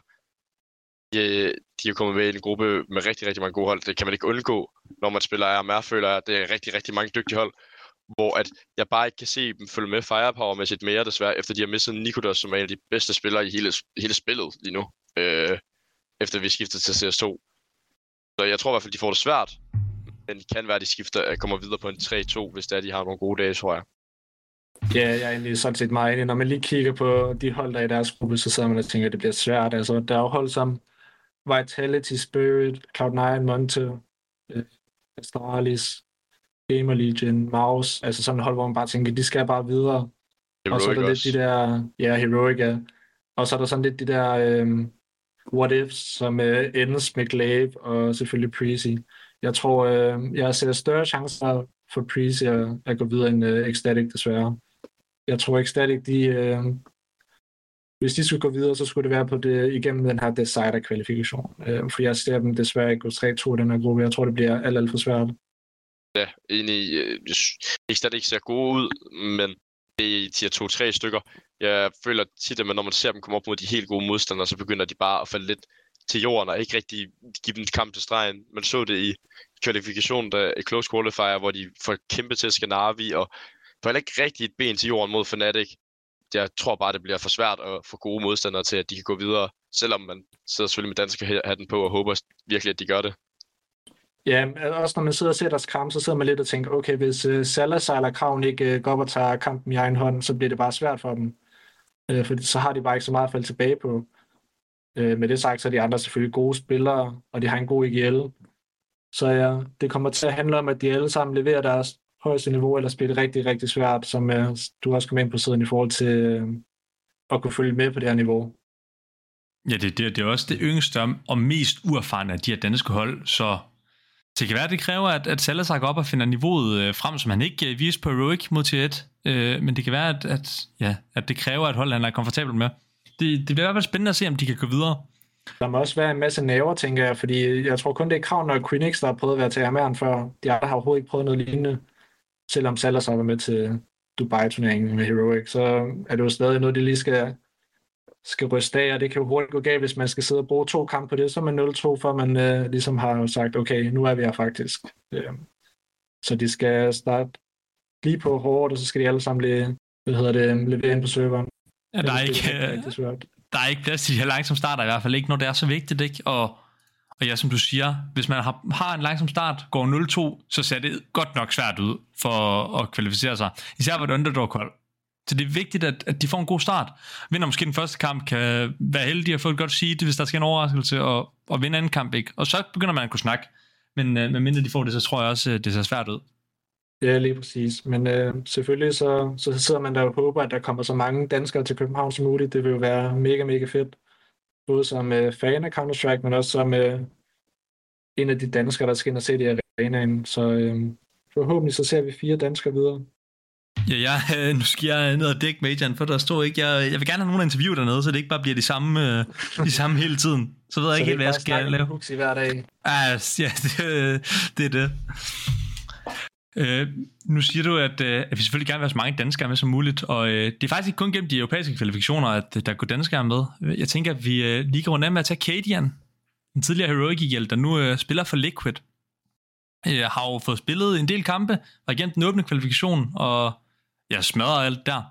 De er kommet med i en gruppe med rigtig, rigtig mange gode hold. Det kan man ikke undgå, når man spiller RMR, føler jeg. Det er rigtig, rigtig mange dygtige hold. hvor at jeg bare ikke kan se dem følge med firepower-mæssigt mere, desværre, efter de har mistet Nikodas, som er en af de bedste spillere i hele spillet lige nu, efter vi skiftede til CS2. Så jeg tror i hvert fald, de får det svært, men det kan være, at de kommer videre på en 3-2, hvis det er, de har nogle gode dage, tror jeg. Ja, jeg er egentlig sådan set meget enig. Når man lige kigger på de hold, der er i deres gruppe, så sidder man og tænker, at det bliver svært. Altså, der er jo hold som Vitality, Spirit, Cloud9, Monte, Astralis, Gamer Legion, Mouse. Altså sådan et hold, hvor man bare tænker, de skal bare videre. Heroic og så er der også. lidt de der... Ja, Heroic, ja. Og så er der sådan lidt de der what ifs, som ends med Glaive og selvfølgelig Prezi. Jeg tror, jeg ser større chancer for Prezi at gå videre end Ecstatic, desværre. Jeg tror Ecstatic, hvis de skulle gå videre, så skulle det være på det igennem den her Decider-kvalifikation. For jeg ser dem desværre ikke gå 3-2 i den her gruppe. Jeg tror, det bliver alt for svært. Ja, enig. Ecstatic ser gode ud, men det er tier 2-3 stykker. Jeg føler tit, at når man ser dem komme op mod de helt gode modstandere, så begynder de bare at falde lidt til jorden og ikke rigtig give dem kamp til stregen. Man så det i kvalifikationen, i Close Qualifier, hvor de får kæmpe til Skanavi og får heller ikke rigtig et ben til jorden mod Fnatic. Jeg tror bare, det bliver for svært at få gode modstandere til, at de kan gå videre, selvom man sidder selvfølgelig med danske hatten på og håber virkelig, at de gør det. Ja, også når man sidder og ser deres kamp, så sidder man lidt og tænker, okay, hvis Salazar eller Kraven ikke går op og tager kampen i egen hånd, så bliver det bare svært for dem. For så har de bare ikke så meget at falde tilbage på. Med det sagt, så er de andre selvfølgelig gode spillere, og de har en god IGL. Så ja, det kommer til at handle om, at de alle sammen leverer deres højeste niveau, eller spiller rigtig, rigtig svært, som du også kom ind på siden i forhold til at kunne følge med på det her niveau. Ja, det er også det yngste og mest uerfarne af de her danske hold, så det kan være, at det kræver, at Salazar går op og finder niveauet frem, som han ikke viste på Heroic mod T1, men det kan være, at det kræver, at holdet han er komfortabel med. Det bliver i hvert fald spændende at se, om de kan gå videre. Der må også være en masse naver, tænker jeg, fordi jeg tror kun, det er Kraven og Queenix, der har prøvet at være til Ameren før. De andre har overhovedet ikke prøvet noget lignende. Selvom Salazar var med til Dubai-turneringen med Heroic, så er det jo stadig noget, de lige skal ryste af, og det kan jo hurtigt gå galt, hvis man skal sidde og bruge 2 kampe på det, så er man 0-2, for man ligesom har sagt, okay, nu er vi her faktisk. Så de skal starte lige på hårdt, og så skal de alle sammen levere ind på serveren. Ja, der er ikke plads til de her langsomme starter, i hvert fald ikke, når det er så vigtigt, ikke? Og ja, som du siger, hvis man har en langsom start, går 0-2, så ser det godt nok svært ud for at kvalificere sig. Især på et underdog-hold. Så det er vigtigt, at de får en god start. Vinder måske den første kamp, kan være heldig at få et godt seed, hvis der skal en overraskelse, og vinde anden kamp, ikke? Og så begynder man at kunne snakke. Men mindre de får det, så tror jeg også, det ser svært ud. Ja, lige præcis. Men selvfølgelig så sidder man der og håber, at der kommer så mange danskere til København som muligt. Det vil jo være mega, mega fedt. Både som fan af Counter-Strike, men også som en af de danskere, der skal ind og se det i arenaen. Så forhåbentlig så ser vi 4 danskere videre. Ja, nu skal jeg ned og dække majoren, for der står ikke... Jeg vil gerne have nogen interview dernede, så det ikke bare bliver de samme hele tiden. Så ved jeg ikke helt, hvad jeg skal lave. Så hver dag. Ja, det er det. Nu siger du, at vi selvfølgelig gerne vil have så mange danskere med som muligt, og det er faktisk ikke kun gennem de europæiske kvalifikationer, at der går danskere med. Jeg tænker, at vi lige går rundt med at tage Cadian, en tidligere Heroic-hjælp, der nu spiller for Liquid. Har jo fået spillet en del kampe, var igennem den åbne kvalifikation, og jeg smadrer alt der.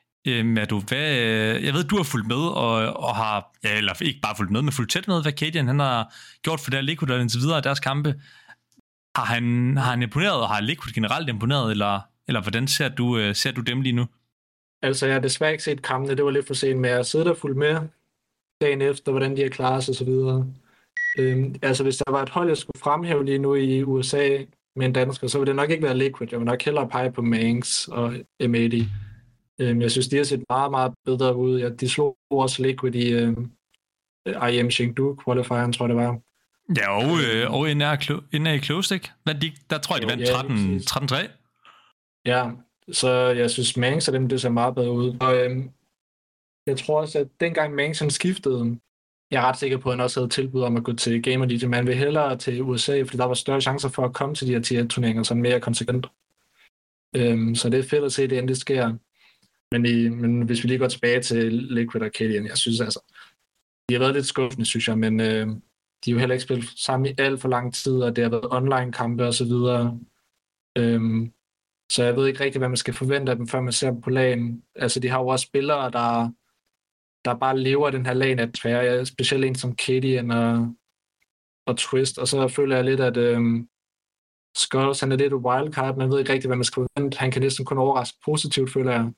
Jeg ved, du har fulgt med, og har, ja, eller ikke bare fulgt med, men fulgt tæt med, hvad Cadian han har gjort for der Liquid, og indtil videre af deres kampe. Har han imponeret, og har Liquid generelt imponeret, eller hvordan ser du dem lige nu? Altså, jeg har desværre ikke set kampene, det var lidt for sent, men jeg har siddet og fulgt med dagen efter, hvordan de har klaret sig og så videre. Altså, hvis der var et hold, jeg skulle fremhæve lige nu i USA med en dansker, så ville det nok ikke være Liquid. Jeg vil nok hellere pege på Manx og M80. Jeg synes, de har set meget, meget bedre ud. Ja, de slog også Liquid i IM Chengdu qualifieren, tror jeg det var. Ja, og inden i Closed, ikke? Der tror jeg, de vandt 13-3. Ja, så jeg synes, Manx og dem, det ser meget bedre ud. Og jeg tror også, at dengang Manx han skiftede, jeg er ret sikker på, at han også havde tilbud om at gå til Gamer Legion. Man vil hellere til USA, fordi der var større chancer for at komme til de her tier-turneringer, som mere konsekvent. Så det er fedt at se, det endelig sker. Men hvis vi lige går tilbage til Liquid og Cadian, jeg synes altså, de har været lidt skuffende, synes jeg, men de har jo heller ikke spillet sammen i alt for lang tid, og det har været online-kampe og så videre. Så jeg ved ikke rigtig, hvad man skal forvente af dem, før man ser dem på lagen. Altså, de har jo også spillere, der bare lever den her lagen-atmosfære. Specielt en som Katie og Twist. Og så føler jeg lidt, at Skulls, han er lidt et wildcard. Man ved ikke rigtig, hvad man skal forvente. Han kan næsten kun overraske positivt, føler jeg.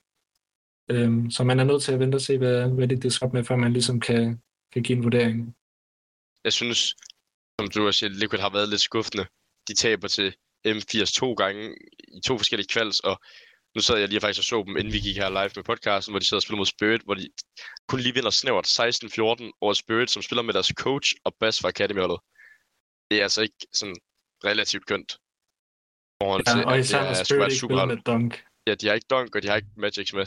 Så man er nødt til at vente og se, hvad det er med, før man ligesom kan give en vurdering. Jeg synes, som du også siger, Liquid har været lidt skuffende. De taber til M80 2 gange i 2 forskellige kvalds, og nu sad jeg lige faktisk og så dem, inden vi gik her live med podcasten, hvor de sad og spillede mod Spirit, hvor de kun lige vinder snævert 16-14 over Spirit, som spiller med deres coach og Bass fra Academy-holdet. Det er altså ikke sådan relativt kønt. Og især når Spirit ikke spiller med Dunk. Ja, de har ikke Dunk, og de har ikke Magics med.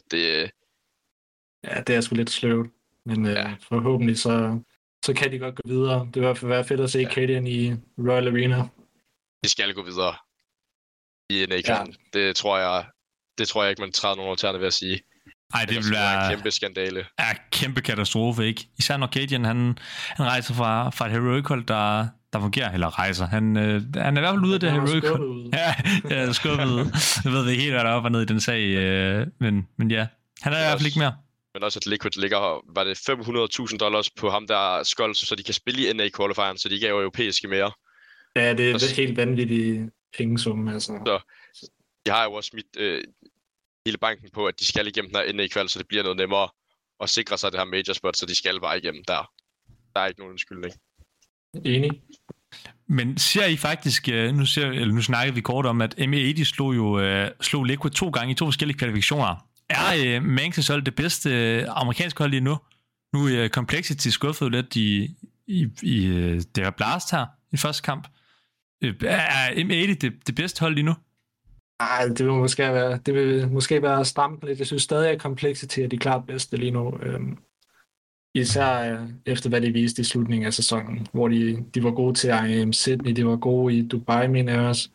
Ja, det er sgu lidt sløvt. Men forhåbentlig så kan de godt gå videre. Det vil i hvert fald være fedt at se Cadian i Royal Arena. De skal gå videre i NA-kampen. Det tror jeg ikke, man træder nogen over tæerne ved at sige. Nej, det vil være en kæmpe skandale. Ja, kæmpe katastrofe, ikke? Især når Cadian, han rejser fra et heroic-hold, der fungerer, eller rejser. Han er i hvert fald ude af det heroic-hold. Ja, skubbet. Jeg ved ikke helt, hvad der er op og ned i den sag, men ja, han er i hvert fald ikke mere. Men også, at Liquid ligger, var det $500,000 på ham, der Skulls, så de kan spille i NA-qualifieren, så de ikke er jo europæiske mere. Ja, det er helt vanvittigt pengesum, altså. Så de har jo også smidt hele banken på, at de skal igennem den her NA-kval, så det bliver noget nemmere at sikre sig det her major spot, så de skal bare igennem der. Der er ikke nogen undskyldning. Enig. Men ser I faktisk, nu snakkede vi kort om, at M80 slog Liquid 2 gange i 2 forskellige kvalifikationer. Er Manx hold det bedste amerikanske hold lige nu? Nu er Complexity skuffet lidt i det her blast her i første kamp. Er M80 det bedste hold lige nu? Nej, det vil måske være stramt lidt. Jeg synes stadig, at Complexity er de klart bedste lige nu. Især efter hvad de viste i slutningen af sæsonen, hvor de var gode til IM Sydney, de var gode i Dubai, mener jeg også.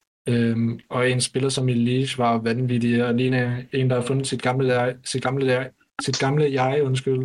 Og en spiller som Elish var vanvittig, og lige en, der har fundet sit gamle jeg, undskyld.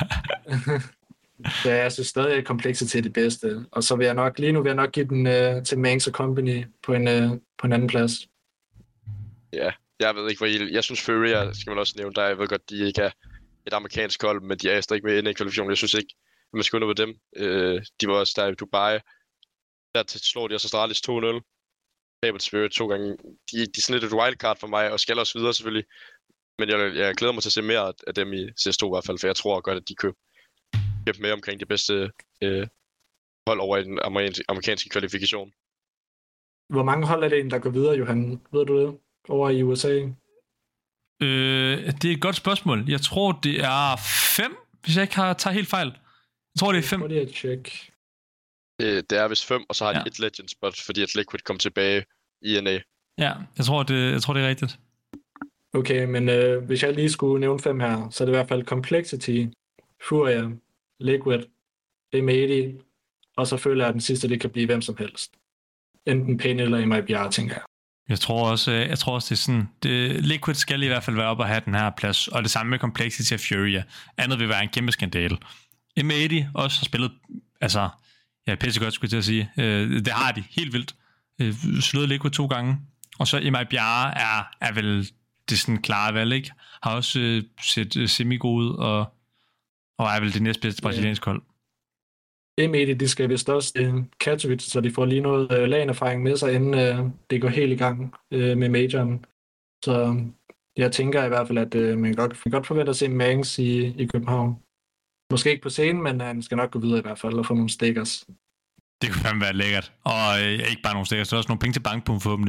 Så jeg synes stadig, at Complexity er det bedste. Og så vil jeg nok give den til Manx Company på en anden plads. Ja, jeg ved ikke, hvor jeg synes Furia, skal man også nævne, der jeg ved godt, de ikke er et amerikansk hold, men de er stadig med i NA-kvalifikationen. Jeg synes ikke, at man skal under ved dem. De var også der i Dubai. Der slår de også Astralis 2-0. Taber til Spirit 2 gange. De er sådan lidt et wildcard for mig, og skal også videre selvfølgelig. Men jeg glæder mig til at se mere af dem i CS2 i hvert fald, for jeg tror godt, at de køber med omkring de bedste hold over i den amerikanske kvalifikation. Hvor mange hold er det, der går videre, Johan? Ved du det? Over i USA? Det er et godt spørgsmål. Jeg tror, det er 5, hvis jeg ikke tager helt fejl. Jeg tror, det er 5. Jeg tror, det er et check. Det er vist 5, og så har de et Legend spot, fordi at Liquid kom tilbage i NA. Ja, jeg tror, det er rigtigt. Okay, men hvis jeg lige skulle nævne 5 her, så er det i hvert fald Complexity, Furia, Liquid, M80, og så føler jeg, at den sidste, det kan blive hvem som helst. Enten Pain eller MIBR, tænker jeg. Jeg tror også, det er sådan. Liquid skal i hvert fald være op og have den her plads, og det samme med Complexity og Furia. Andet vil være en kæmpe skandale. M80 også har spillet, altså, ja, pissegodt skulle jeg til at sige. Det har de helt vildt. Slået Liquid 2 gange. Og så MIBR er vel det sådan klare valg, ikke? Har også set semi-god ud, og er vel det næstbedste brasilianske hold. M80, de skal vist også til Katowice, så de får lige noget lagererfaring med sig, inden det går helt i gang med majoren. Så jeg tænker i hvert fald, at man godt forventer at se Manx i København. Måske ikke på scenen, men han skal nok gå videre i hvert fald og få nogle stickers. Det kunne fandme være lækkert. Og ikke bare nogle stickers, så også nogle penge til bankpumpen forhåbentlig.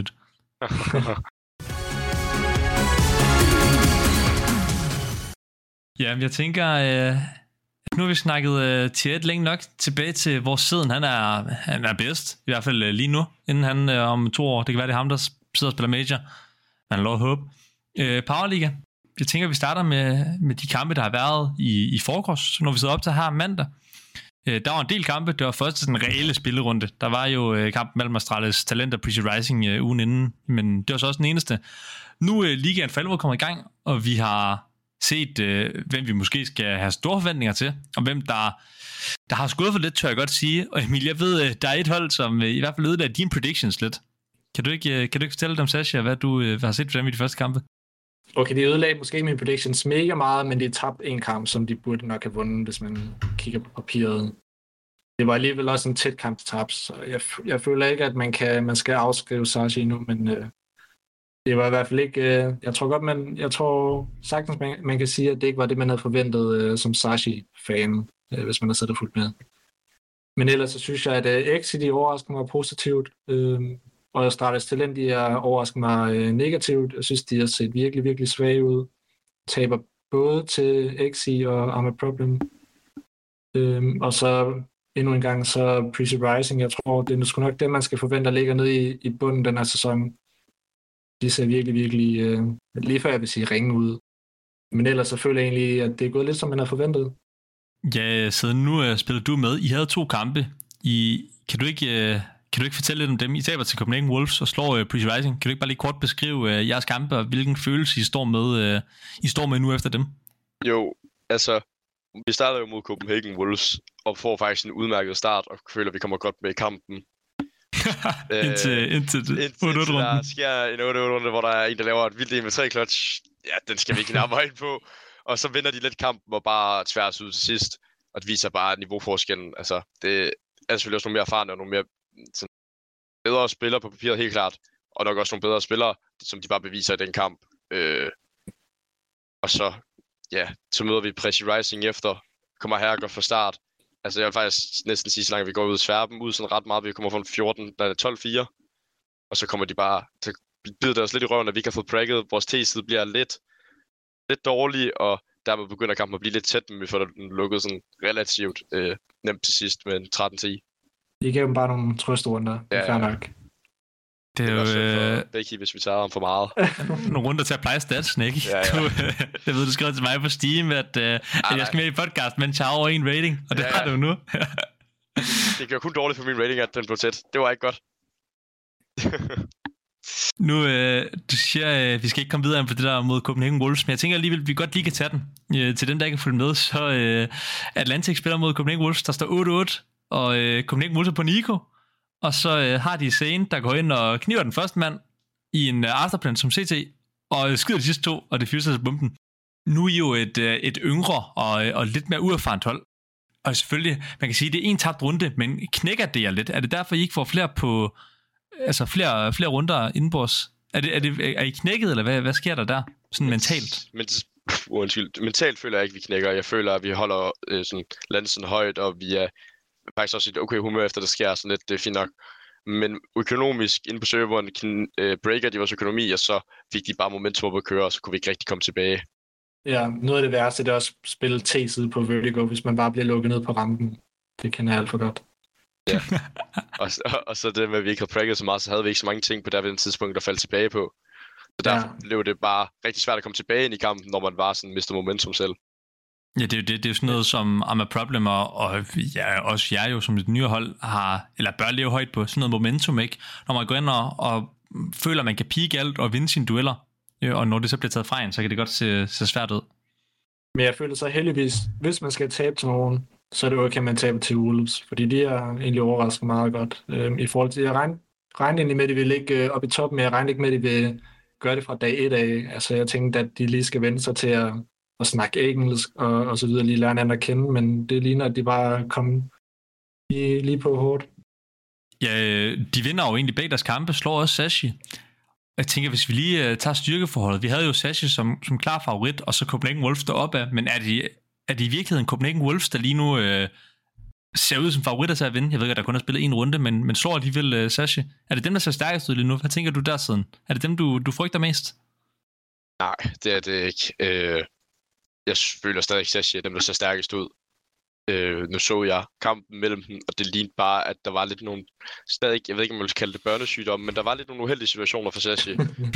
Ja, jeg tænker... Nu har vi snakket Tiet længe nok tilbage til, hvor siden han er bedst. I hvert fald lige nu, inden han om 2 år. Det kan være, det er ham, der sidder og spiller major. Man har lov at håbe. Powerliga. Jeg tænker, vi starter med de kampe, der har været i forgårs, når vi sidder op til her mandag. Der var en del kampe. Det var først sådan en reelle spillerunde. Der var jo kampen mellem Astralis Talent og Prissy Rising ugen inden, men det var så også den eneste. Nu er ligaen for alvor kommet i gang, og vi har set, hvem vi måske skal have store forventninger til, og hvem der har skuffet lidt, tør jeg godt sige. Og Emil, jeg ved, der er et hold, som i hvert fald ødelagde dine predictions lidt. Kan du ikke fortælle dem, Sasha, hvad du har set for dem i de første kampe? Okay, de ødelagde måske mine predictions mega meget, men de tabte en kamp, som de burde nok have vundet, hvis man kigger på papiret. Det var alligevel også en tæt kamp, de tabte, så jeg føler ikke, at man skal afskrive Sashi endnu, men det var i hvert fald ikke... Jeg tror sagtens, man kan sige, at det ikke var det, man havde forventet som Sashi-fan, hvis man har siddet fuldt med. Men ellers så synes jeg, at Exit overraskede mig positivt, og Stardust Talent, de har overrasket mig negativt. Jeg synes, de har set virkelig, virkelig svage ud. Taber både til Exi og I'm a Problem. Og så endnu en gang, så Prissy Rising. Jeg tror, det er sgu nok det, man skal forvente, at ligger nede i bunden den her sæson. De ser virkelig, virkelig, lige før jeg vil sige, ringe ud. Men ellers så føler jeg egentlig, at det er gået lidt, som man havde forventet. Ja, så nu spiller du med. I havde 2 kampe. Kan du ikke fortælle lidt om dem? I taber til Copenhagen Wolves og slår Prissy Rising. Kan du ikke bare lige kort beskrive jeres kampe, og hvilken følelse I står med nu efter dem? Jo, altså, vi starter jo mod Copenhagen Wolves, og får faktisk en udmærket start, og føler, at vi kommer godt med i kampen. indtil der sker en 8-8-runde, hvor der er en, der laver et vildt M3-clutch. Ja, den skal vi ikke nærmere ind på. Og så vinder de lidt kampen, og bare tværs ud til sidst. Og det viser bare niveauforskellen. Altså, det er selvfølgelig også nogle mere erfarne og nogle mere sådan, bedre spillere på papiret, helt klart. Og nok også nogle bedre spillere, som de bare beviser i den kamp. Og så, ja, så møder vi Prissy Rising efter. Kommer her og går fra start. Altså, jeg vil faktisk næsten sige, så langt vi går ud og sværger dem ud sådan ret meget. Vi kommer fra 12-4. Og så kommer de bare til at bide deres lidt i røven, at vi ikke har fået pragget. Vores T-side bliver lidt dårlig, og dermed begynder kampen at blive lidt tæt, men vi får den lukket sådan relativt nemt til sidst med en 13-10. I gav dem bare nogle trøsterunder. Det er fair nok. Det er jo for Becky, hvis vi tager ham for meget. Nogle runder til at pleje statsen, ikke? Ja. Jeg ved, du skrev til mig på Steam, at jeg skal med i podcast, mens jeg har over 1 rating, og det har du nu. Det gør kun dårligt for min rating, at den blev tæt. Det var ikke godt. Nu, du siger, vi skal ikke komme videre på det der mod Copenhagen Wolves, men jeg tænker alligevel, vi godt lige kan tage den. Til dem, der ikke har fulgt med, så Atlantic spiller mod Copenhagen Wolves, der står 8-8, og Copenhagen Wolves er på Nico, og så har de Zane, der går ind og kniver den første mand i en afterplan som CT, og skyder de sidste 2, og det fyrer sig bomben. Nu er I jo et yngre og lidt mere uerfarent hold, og selvfølgelig, man kan sige, det er en tabt runde, men knækker det jer lidt? Er det derfor, I ikke får flere runder indenbords? Er I knækket, eller hvad sker der sådan mentalt? Mentalt føler jeg ikke, vi knækker. Jeg føler, at vi holder sådan lansen højt, og vi er faktisk også i et okay humør, efter det sker sådan lidt. Det er fint nok. Men økonomisk, inde på serveren, breaker de vores økonomi, og så fik de bare momentum op at køre, og så kunne vi ikke rigtig komme tilbage. Ja, noget af det værste, det er også at spille T-side på Vertigo, hvis man bare bliver lukket ned på rampen. Det kender jeg alt for godt. Ja, og så det med, at vi ikke havde practiced så meget, så havde vi ikke så mange ting på den tidspunkt at falde tilbage på. Så derfor blev det bare rigtig svært at komme tilbage ind i kampen, når man bare sådan mister momentum selv. Ja, det er jo sådan noget som I'm a Problem, og ja, også jeg jo som et nye hold har, eller bør leve højt på sådan noget momentum, ikke? Når man går ind og føler, at man kan peak alt og vinde sine dueller, og når det så bliver taget fra en, så kan det godt se svært ud. Men jeg føler så heldigvis, hvis man skal tabe til nogen, så er det okay, at man taber til Wolves, fordi de er egentlig overrasket meget godt. I forhold til, jeg regnede egentlig med, at de ville ligge op i toppen, men jeg regnede ikke med, at de ville gøre det fra dag 1 af. Altså jeg tænkte, at de lige skal vende sig til at snakke engelsk og så videre, lige lære hinanden at kende, men det ligner, at de bare kom lige på hårdt. Ja, de vinder jo egentlig begge deres kampe, slår også Sashi. Jeg tænker, hvis vi lige tager styrkeforholdet, vi havde jo Sashi som klar favorit, og så Copenhagen Wolves deroppe af, men er det i virkeligheden Copenhagen Wolves, der lige nu ser ud som favoritter til at vinde? Jeg ved ikke, at der kun har spillet 1 runde, men slår alligevel Sashi. Er det dem, der ser stærkest ud lige nu? Hvad tænker du der siden? Er det dem, du frygter mest? Nej, det er det ikke. Jeg føler stadig ikke, Sashi er dem, der ser stærkest ud. Nu så jeg kampen mellem dem, og det lignede bare, at der var lidt nogle, stadig, jeg ved ikke, om man vil kalde det børnesygdomme, men der var lidt nogle uheldige situationer for Sashi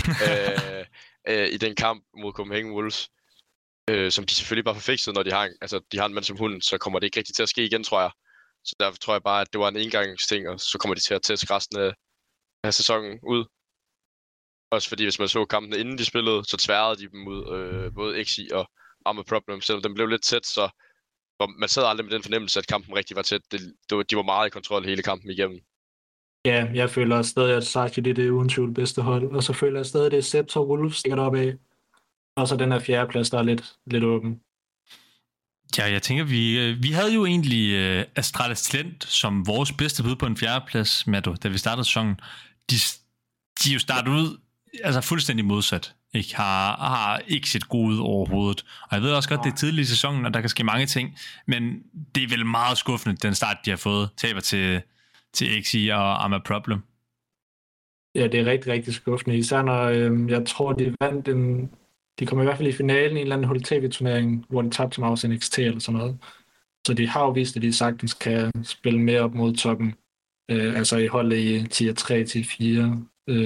i den kamp mod Copenhagen Wolves, som de selvfølgelig bare får fikset, når de har en mand som hund, så kommer det ikke rigtig til at ske igen, tror jeg. Så derfor tror jeg bare, at det var en engangsting, og så kommer de til at teste resten af sæsonen ud. Også fordi, hvis man så kampen inden de spillede, så tværede de dem ud, både Exi og I'm a Problem, selvom den blev lidt tæt, så man sad aldrig med den fornemmelse, at kampen rigtig var tæt. De var meget i kontrol hele kampen igennem. Ja, jeg føler stadig, at Sachi det er uden tvivl bedste hold, og så føler jeg stadig, at det er Seps og Wolves stikker deroppe af. Og så den her fjerdeplads, der er lidt åben. Ja, jeg tænker, vi havde jo egentlig Astralis Talent som vores bedste bud på en fjerdeplads, Matto, da vi startede sæsonen. De er jo startet ud altså fuldstændig modsat. Ikke har ikke set gode ud overhovedet. Og jeg ved også godt, det er tidligt i sæsonen, og der kan ske mange ting, men det er vel meget skuffende, den start, de har fået. Taber til XI og Arma Problem. Ja, det er rigtig, rigtig skuffende. Især når jeg tror, de vandt de kom i hvert fald i finalen i en eller anden HLTV-turnering, hvor de tabte til Maus NXT eller sådan noget. Så de har jo vist, at de sagtens kan spille mere op mod toppen. Altså i holdet i tier 3 til 4.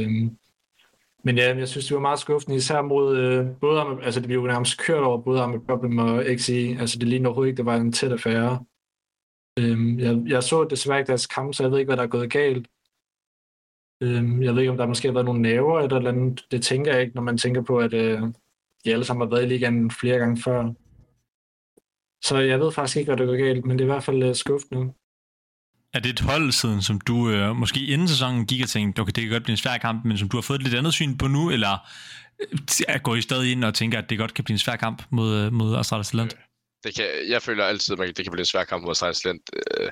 Men ja, jeg synes, det var meget skuffende, især mod både ham, altså det blev jo nærmest kørt over både ham med Problem og XI. Altså det lignede overhovedet ikke, det var en tæt affære. Jeg så desværre ikke deres kamp, så jeg ved ikke, hvad der er gået galt. Jeg ved ikke, om der måske har været nogle nerver eller andet. Det tænker jeg ikke, når man tænker på, at de alle sammen har været i ligaen flere gange før. Så jeg ved faktisk ikke, hvad der går galt, men det er i hvert fald skuffende. Er det et hold siden, som du måske inden sæsonen gik og tænkte, okay, det kan godt blive en svær kamp, men som du har fået et lidt andet syn på nu, eller går I stadig ind og tænker, at det godt kan blive en svær kamp mod Astralis Talent? Jeg føler altid, at det kan blive en svær kamp mod Astralis Talent.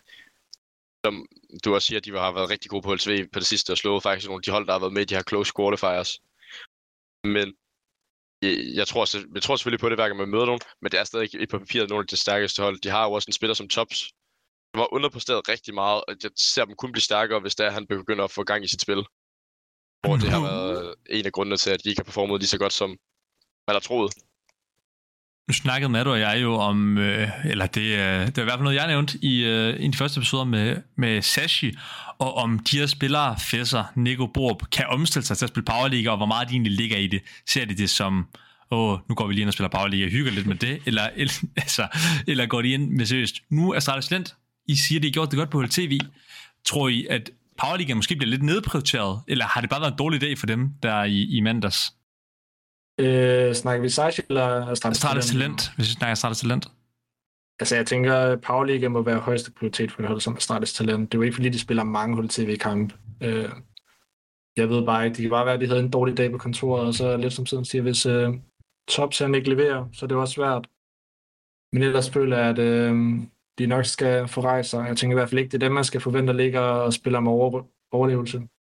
Som du også siger, at de har været rigtig gode på HLTV på det sidste, og slået faktisk nogle af de hold, der har været med i de her close qualifiers. Men jeg tror selvfølgelig på det, hver gang man møder nogen, men det er stadig ikke på papiret nogle af de stærkeste hold. De har jo også en spiller som Tops, som var underpræsteret rigtig meget, og jeg ser dem kun blive stærkere, hvis der han begynder at få gang i sit spil. Og det har været en af grundene til, at de ikke har performet lige så godt, som man har troet. Nu snakkede Matt og jeg jo om, eller det er i hvert fald noget, jeg nævnte i de første episoder med Sashi, og om de her spillere, Fesser, Nico, Borup, kan omstille sig til at spille Powerliga, og hvor meget de egentlig ligger i det. Ser de det som, nu går vi lige ind og spiller Powerliga og hygger lidt med det, eller går de ind med seriøst? Nu er Astralis Talent, I siger, de har gjort det godt på HLTV. Tror I, at Powerliga måske bliver lidt nedprioriteret, eller har det bare været en dårlig dag for dem, der i mandags? Snakker vi Sashi eller Astralis Talent, hvis vi snakker Astralis Talent? Altså jeg tænker, at Powerliga må være højeste prioritet for et hold som Astralis Talent. Det er jo ikke fordi, de spiller mange HLTV-kampe. Jeg ved bare ikke, det kan bare være, at de havde en dårlig dag på kontoret, og så lidt som siden siger, hvis Tops han ikke leverer, så er det også svært. Men ellers føler jeg, at de nok skal få rejse sig. Jeg tænker i hvert fald ikke, det er dem, man skal forvente at ligge og spille om overlevelse.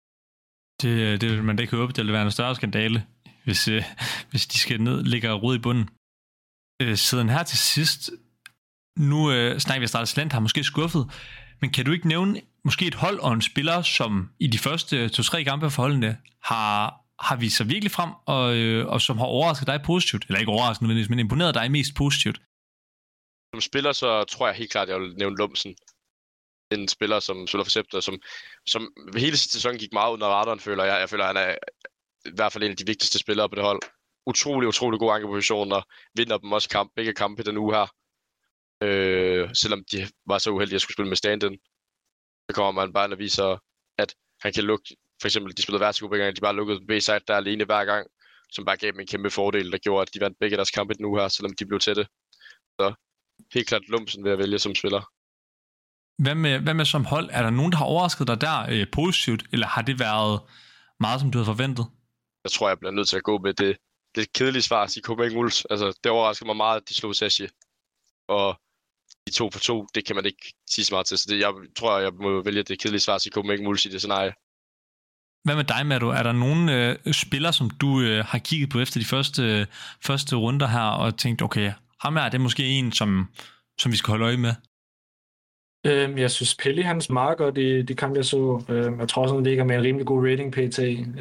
Det vil man da ikke håbe, det vil være en større skandale, hvis de skal ned, ligge og rode i bunden. Siden her til sidst, nu snakker vi, at Astralis Talent har måske skuffet, men kan du ikke nævne måske et hold og en spiller, som i de første 2-3 kampe for holdene har vist sig virkelig frem, og som har overrasket dig positivt, eller ikke overrasket, men imponeret dig mest positivt? Som spiller, så tror jeg helt klart, at jeg vil nævne Lumsen. En spiller, som spiller for Scepter, som hele sidste sæson gik meget under radaren, føler jeg. Jeg føler, han er i hvert fald en af de vigtigste spillere på det hold. Utrolig gode ankerpositioner. Vinder dem også begge kampe den uge her. Selvom de var så uheldige at skulle spille med stand-in. Så kommer man bare ind og viser, at han kan lukke. For eksempel, de spillede Vertigo begge gange. De bare lukkede B-side der alene hver gang. Som bare gav dem en kæmpe fordel, der gjorde, at de vandt begge deres kampe den uge her, selvom de blev tætte. Så helt klart Lumsen ved at vælge som spiller. Hvad med som hold? Er der nogen, der har overrasket dig der positivt, eller har det været meget, som du havde forventet? Jeg tror, jeg bliver nødt til at gå med det lidt kedelige svar at sige Copenhagen Wolves. Altså, det overrasker mig meget, at de slog Sashi. Og de 2 for 2, det kan man ikke sige så meget til. Så jeg tror, jeg må vælge det kedelige svar at sige Copenhagen Wolves i det scenarie. Hvad med dig, Matto? Er der nogen spillere, som du har kigget på efter de første runder her, og tænkt, okay, ham er det måske en, som vi skal holde øje med? Jeg synes, Pelli han er meget godt i de kampe, jeg så. Jeg tror også, han ligger med en rimelig god rating PT.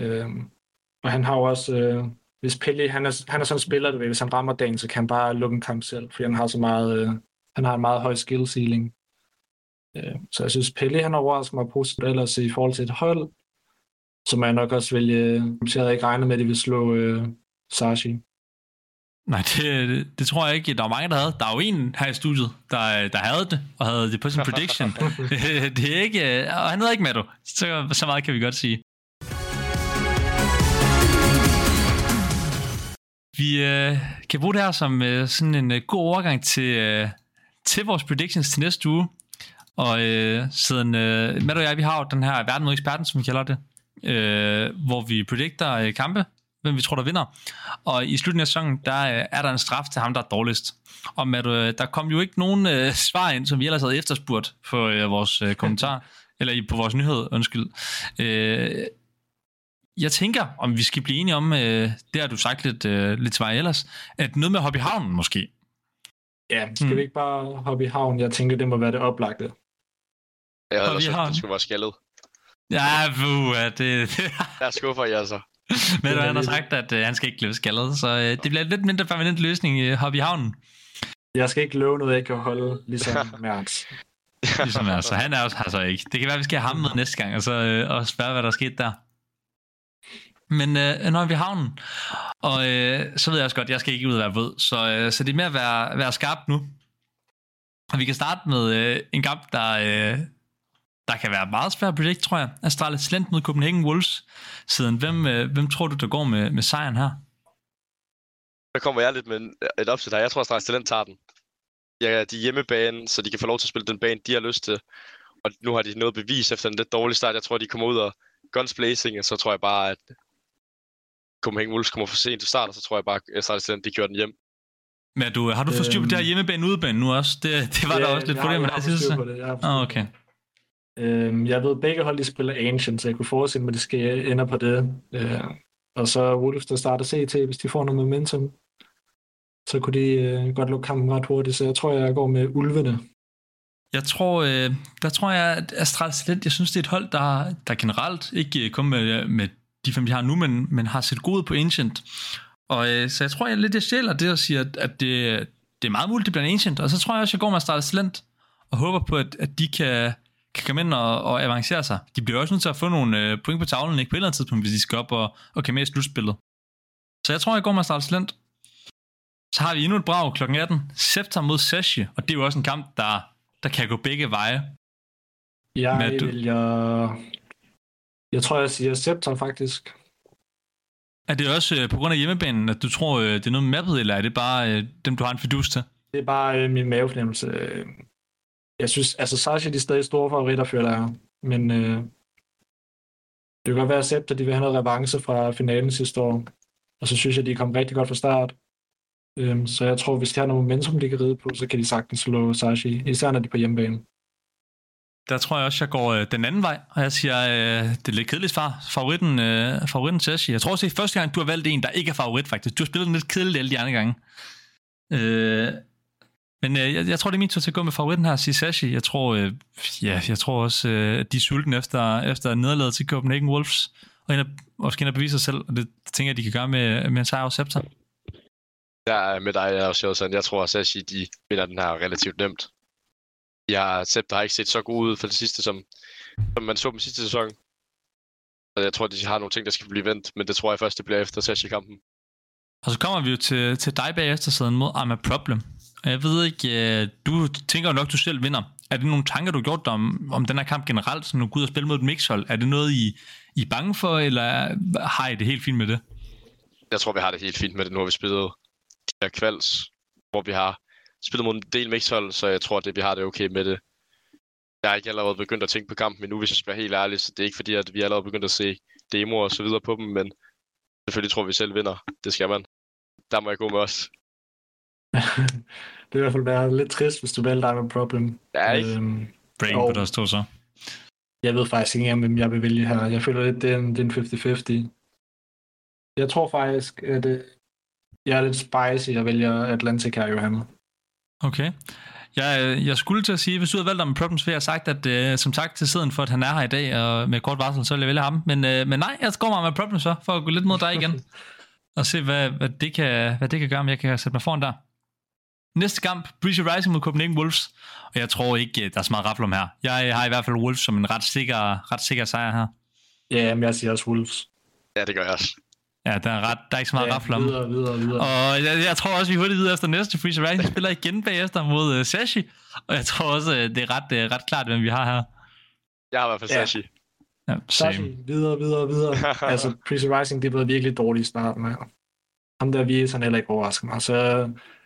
Og han har jo også... hvis Pelli, han er sådan en spiller, der hvis han rammer dagen, så kan han bare lukke en kamp selv, fordi han har så meget... han har en meget høj skill ceiling. Så jeg synes, Pelli han overrasker mig positivt ellers i forhold til et hold, så må jeg nok også vælge... Jeg havde ikke regnet med, at de ville slå Sashi. Nej, det tror jeg ikke. Der var mange, der havde. Der er jo en her i studiet, der havde det, og havde det på sin prediction. Det er ikke... Og han hedder ikke Matto. Så meget kan vi godt sige. Vi kan bruge det her som sådan en god overgang til vores predictions til næste uge. Og siden Matt og jeg, vi har jo den her verden mod eksperten, som vi kalder det, hvor vi predikter kampe, hvem vi tror, der vinder. Og i slutningen af sæsonen, der er der en straf til ham, der er dårligst. Og der kom jo ikke nogen svar ind, som vi ellers havde efterspurgt på vores kommentar, eller på vores nyhed, undskyld. Jeg tænker, om vi skal blive enige om, det har du sagt lidt til mig ellers, at noget med at hoppe i havnen måske. Ja, skal vi ikke bare hoppe i havnen? Jeg tænker, det må være det oplagte. Jeg havde også sagt, det skulle være skaldet. Ja, det... Der skuffer jeg så. Men han har sagt, at han skal ikke løbe skaldet, så det bliver en lidt mindre permanent løsning, hoppe i havnen. Jeg skal ikke love noget, jeg kan holde, ligesom Mertz. Ligesom Mertz, så han er også altså ikke. Det kan være, vi skal have ham med næste gang, og spørge, hvad der er sket der. Men når vi er i havnen, og så ved jeg også godt, jeg skal ikke ud og være våd, så det er med at være skarp nu. Og vi kan starte med en kamp, der kan være meget svært at predict, tror jeg. Astralis Slent mod Copenhagen Wolves. Siden hvem tror du, der går med sejren her? Der kommer jeg lidt med et opsæt her. Jeg tror, at Astralis Slent tager den. Ja, de er hjemmebane, så de kan få lov til at spille den bane, de har lyst til. Og nu har de noget bevis efter en lidt dårlig start. Jeg tror, de kommer ud og guns blazing, og så tror jeg bare, at Copenhagen Wolves kommer for sent til start, og så tror jeg bare, at Astralis Slent, de kører den hjem. Men har du fået styr på det her hjemmebane-udebane nu også? Det var der også lidt problem med det sidste. Okay. Jeg ved, begge hold de spiller Ancient, så jeg kunne forestille mig, at det skal ender på det. Og så Wolves, der starter CT, hvis de får noget momentum, så kunne de godt lukke kampen ret hurtigt. Så jeg tror, jeg går med ulvene. Der tror jeg, at Astralis Slent, jeg synes, det er et hold, der generelt ikke kun med de 5, de har nu, men har set gode på Ancient. Og så jeg tror, jeg stjæler det og siger, at det er meget muligt, det bliver en Ancient. Og så tror jeg også, jeg går med Astralis Slent og håber på, at de kan komme ind og avancere sig. De bliver også nødt til at få nogle point på tavlen, ikke på et eller andet tidspunkt, hvis de skal op og kan med i slutspillet. Så jeg tror, jeg går med Astralis Slent. Så har vi endnu et brag kl. 18. Scepter mod Sashi, og det er jo også en kamp, der kan gå begge veje. Jeg tror, jeg siger Scepter faktisk. Er det også på grund af hjemmebanen, at du tror, det er noget med mappet, eller er det bare dem, du har en fidus til? Det er bare min mavefornemmelse. Jeg synes, altså Sashi de er stadig store favoritter, føler jeg. Men det kan godt være, at Scepter de vil have noget revanche fra finalen sidste år. Og så synes jeg, de kom rigtig godt fra start. Så jeg tror, hvis de har noget momentum, de kan ride på, så kan de sagtens slå Sashi, især når de er på hjemmebane. Der tror jeg også, jeg går den anden vej, og jeg siger, det er lidt kedeligt far. Favoritten Sashi. Jeg tror også, det er første gang, du har valgt en, der ikke er favorit, faktisk. Du har spillet den lidt kedeligt alle de andre gange. Men jeg tror, det er min tur til at gå med favoritten her, sige Sashi. Jeg tror også, at de er sultne efter nederlaget til Copenhagen Wolves, og skal ind og bevise sig selv, og det tænker jeg, de kan gøre med en sejr over Scepter. Jeg er med dig også, sådan. Jeg tror, at Sashi, de vinder den her relativt nemt. Scepter har ikke set så god ud for det sidste, som man så dem sidste sæson. Så jeg tror, de har nogle ting, der skal blive vendt, men det tror jeg først, det bliver efter Sashi-kampen. Og så kommer vi jo til dig bagefter siden mod I'm a Problem. Og jeg ved ikke, du tænker jo nok, du selv vinder. Er det nogle tanker, du har gjort dig om den her kamp generelt, som du går ud og spiller mod et mixhold? Er det noget, I er bange for, eller har I det helt fint med det? Jeg tror, vi har det helt fint med det. Nu har vi spillet de her kvalds, hvor vi har spillet mod en del mixhold, så jeg tror, at vi har det okay med det. Jeg har ikke allerede begyndt at tænke på kampen endnu, hvis jeg skal være helt ærlig. Så det er ikke fordi, at vi allerede begyndt at se demoer og så videre på dem, men selvfølgelig tror vi selv vinder. Det skal man. Der må jeg gå med os. Det vil i hvert fald være lidt trist, hvis du vælger dig med problem. Ja, ikke? Brain på der står så. Jeg ved faktisk ikke, hvem jeg vil vælge her. Jeg føler lidt, det er en 50-50. Jeg tror faktisk, at jeg er lidt spicy. Jeg vælger Atlantic her, Johan. Okay. Jeg skulle til at sige, hvis du havde valgt om Problems, ville jeg have sagt, at som tak til siden for, at han er her i dag, og med kort varsel, så vil jeg vælge ham. Men nej, jeg går mig med Problems så, for at gå lidt mod dig igen. Og se, hvad det kan gøre, om jeg kan sætte mig foran der. Næste kamp, Breezy Rising mod Copenhagen Wolves. Og jeg tror ikke, der er så meget raflom her. Jeg har i hvert fald Wolves som en ret sikker sejr her. Ja, men jeg siger også Wolves. Ja, det gør jeg også. Ja, der er ikke så meget raflom. Videre. Og jeg tror også, vi hurtigt videre efter næste. Breezy Rising spiller igen bagefter mod Sashi. Og jeg tror også, det er ret klart, hvem vi har her. Jeg har i hvert fald Sashi. Ja, Sashi, videre. Altså, Breezy Rising, det er blevet virkelig dårligt i starten her. Ham der Vies, han heller ikke overrasker mig. Så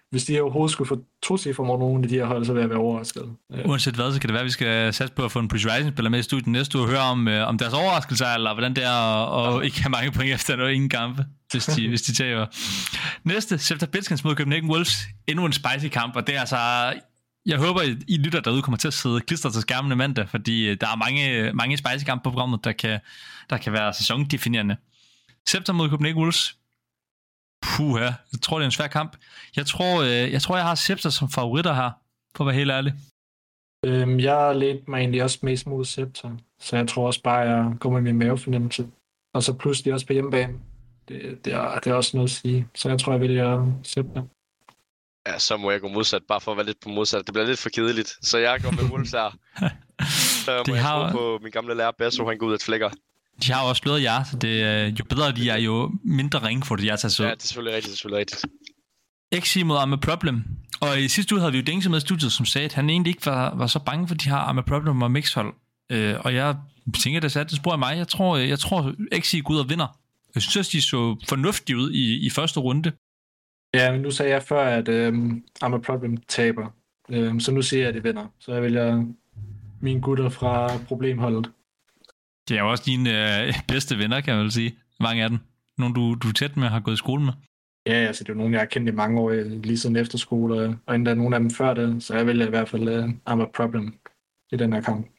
hvis de overhovedet skulle få tocifre mod nogle af de her hold, så vil jeg være overrasket. Uanset hvad, så kan det være, at vi skal satse på at få en Bridge Rising-spiller med i studiet næste uge og høre om deres overraskelser, eller hvordan det er og ikke have mange point efter noget ingen kampe, hvis de tager. Næste, Scepter Bitskins mod Copenhagen Wolves. Endnu en spicy kamp, og det er altså... Jeg håber, I lytter derude kommer til at sidde klistret til skærmene mandag, fordi der er mange spicy kampe på programmet, der kan være sæsondefinerende. Scepter mod Copenhagen Wolves. Puha, jeg tror, det er en svær kamp. Jeg tror, jeg har Scepter som favoritter her, for at være helt ærlig. Jeg har lænt mig egentlig også mest mod Scepter, så jeg tror også bare, at jeg går med min mavefornemmelse. Og så pludselig også på hjemmebane. Det er også noget at sige. Så jeg tror, jeg vælger Scepter. Ja, så må jeg gå modsat, bare for at være lidt på modsat. Det bliver lidt for kedeligt, så jeg går med Wolves her. Så må jeg tro på min gamle lærer Basso, han går ud af flækker. De har jo også slået jer, så jo bedre de er, jo mindre ringe får de jer til at sidde. Ja, det er selvfølgelig rigtigt. XC mod I'm a Problem. Og i sidste uge havde vi jo Dengse med i studiet, som sagde, at han egentlig ikke var så bange for de her I'm a Problem og mixhold. Og jeg tænker, det satte det spor af mig. Jeg tror XC går ud og vinder. Jeg synes også, de så fornuftige ud i første runde. Ja, men nu sagde jeg før, at I'm a Problem taber. Så nu siger jeg, at de vinder. Så jeg vælger mine gutter fra problemholdet. Det er jo også dine bedste venner, kan jeg vel sige. Mange af dem. Nogle, du er tæt med, har gået i skole med. Ja, altså det er jo nogle, jeg har kendt i mange år, lige siden efterskole, og endda nogle af dem før det. Så jeg vælger i hvert fald I'm a Problem i den her kamp.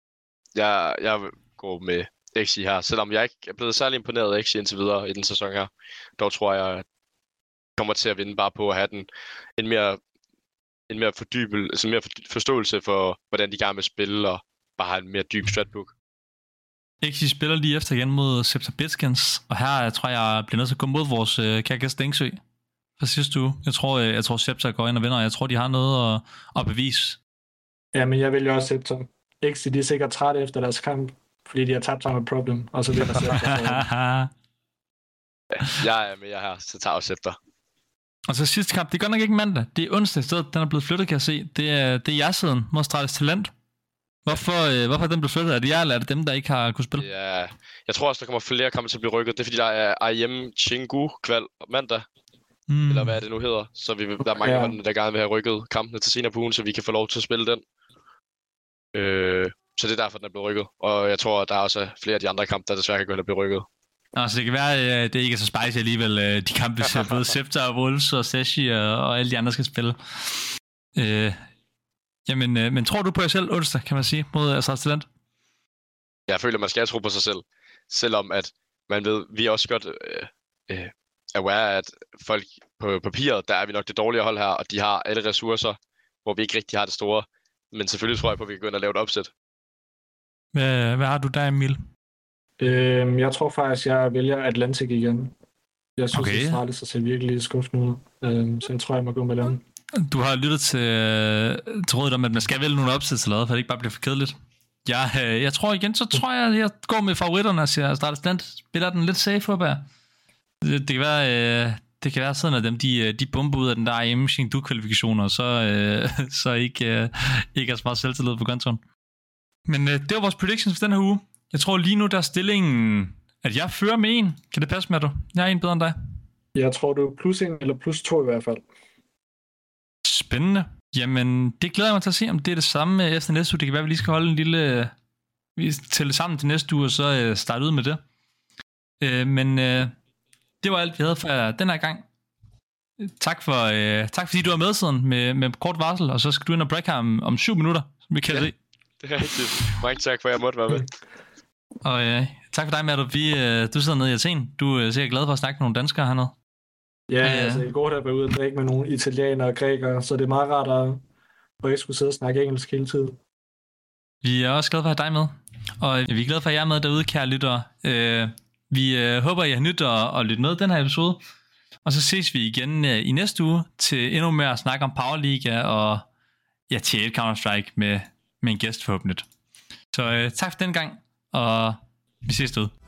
Jeg vil gå med XI her, selvom jeg ikke er blevet særlig imponeret af XI indtil videre i den sæson her. Dog tror jeg, at kommer til at vinde bare på at have en mere forståelse for, hvordan de gerne vil spille, og bare have en mere dyb stratbook. XI spiller lige efter igen mod Scepter Bitskins, og her tror jeg bliver nødt til at gå mod vores kære gæst Dengsø fra sidste uge. Jeg tror Scepter går ind og vinder, og jeg tror, de har noget at bevise. Ja, men jeg vælger også Scepter. XI, de er sikkert trætte efter deres kamp, fordi de har tabt sammen med Problem, og så vinder Scepter. Jeg er med jer her, så tager jeg Scepter. Og så sidste kamp, det er godt nok ikke mandag. Det er onsdag i stedet, den er blevet flyttet, kan jeg se. Det er jeres-siden mod Astralis Talent. Hvorfor er den blevet flyttet? Er det jer, eller er det dem, der ikke har kunnet spille? Ja, jeg tror også, der kommer flere kampe til at blive rykket. Det er fordi, der er IM Chingu kval mandag. Eller hvad det nu hedder. Så der er mange af dem, der gerne vil have rykket kampene til senere på ugen, så vi kan få lov til at spille den. Så det er derfor, den er blevet rykket. Og jeg tror, der er også flere af de andre kampe, der desværre kan gå hen og blive rykket. Nå, så det kan være, at det ikke er så spicy alligevel, de kampe, hvis både Scepter og Wolves og Seshi og alle de andre skal spille. Men tror du på jer selv onsdag, kan man sige, mod Astralis Talent? Jeg føler, man skal tro på sig selv. Selvom at man ved, vi er også godt aware, at folk på papiret, der er vi nok det dårlige hold her, og de har alle ressourcer, hvor vi ikke rigtig har det store. Men selvfølgelig tror jeg på, at vi kan gå ind og lave et opsæt. Hvad har du der, Emil? Jeg tror faktisk, jeg vælger Atlantic igen. Jeg synes, Okay. at Astralis ser virkelig skuffende ud. Så jeg tror, jeg må gå med dem. Du har lyttet til rådet om, at man skal vælge nogle opsættelser, for det ikke bare bliver for kedeligt. Jeg tror igen, jeg går med favoritterne og siger, at Astralis Talent spiller den lidt safe op af. Det kan være sådan, at dem de bomber ud af den der IM Chengdu-kvalifikationer, så ikke er så meget selvtillid på kontoen. Men det var vores predictions for den her uge. Jeg tror lige nu, der er stillingen, at jeg fører med en. Kan det passe med dig? Jeg er en bedre end dig. Jeg tror, du er +1 eller +2 i hvert fald. Spændende. Jamen, det glæder jeg mig til at se, om det er det samme efter næste uge. Det kan være, at vi lige skal holde en lille... Vi tæller sammen til næste uge, og så starte ud med det. Men det var alt, vi havde for den her gang. Tak fordi du var med siden med kort varsel, og så skal du ind og break her om 7 minutter, som vi kan se. Det er rigtigt. Mange tak for, at jeg måtte være med. Og tak for dig, Matt. Du sidder nede i Athen. Du er sikkert glad for at snakke med nogle danskere hernede. Ja, altså i går der var ude og drikke med nogle italienere og grækere, så det er meget rart at ikke skulle sidde og snakke engelsk hele tiden. Vi er også glade for at have dig med, og vi er glade for at jer er med derude, kære lyttere. Vi håber, I har nyt at lytte med den her episode, og så ses vi igen i næste uge til endnu mere at snakke om Powerliga og til et Counter-Strike med en gæst forhåbentlig. Så tak for den gang, og vi ses derude.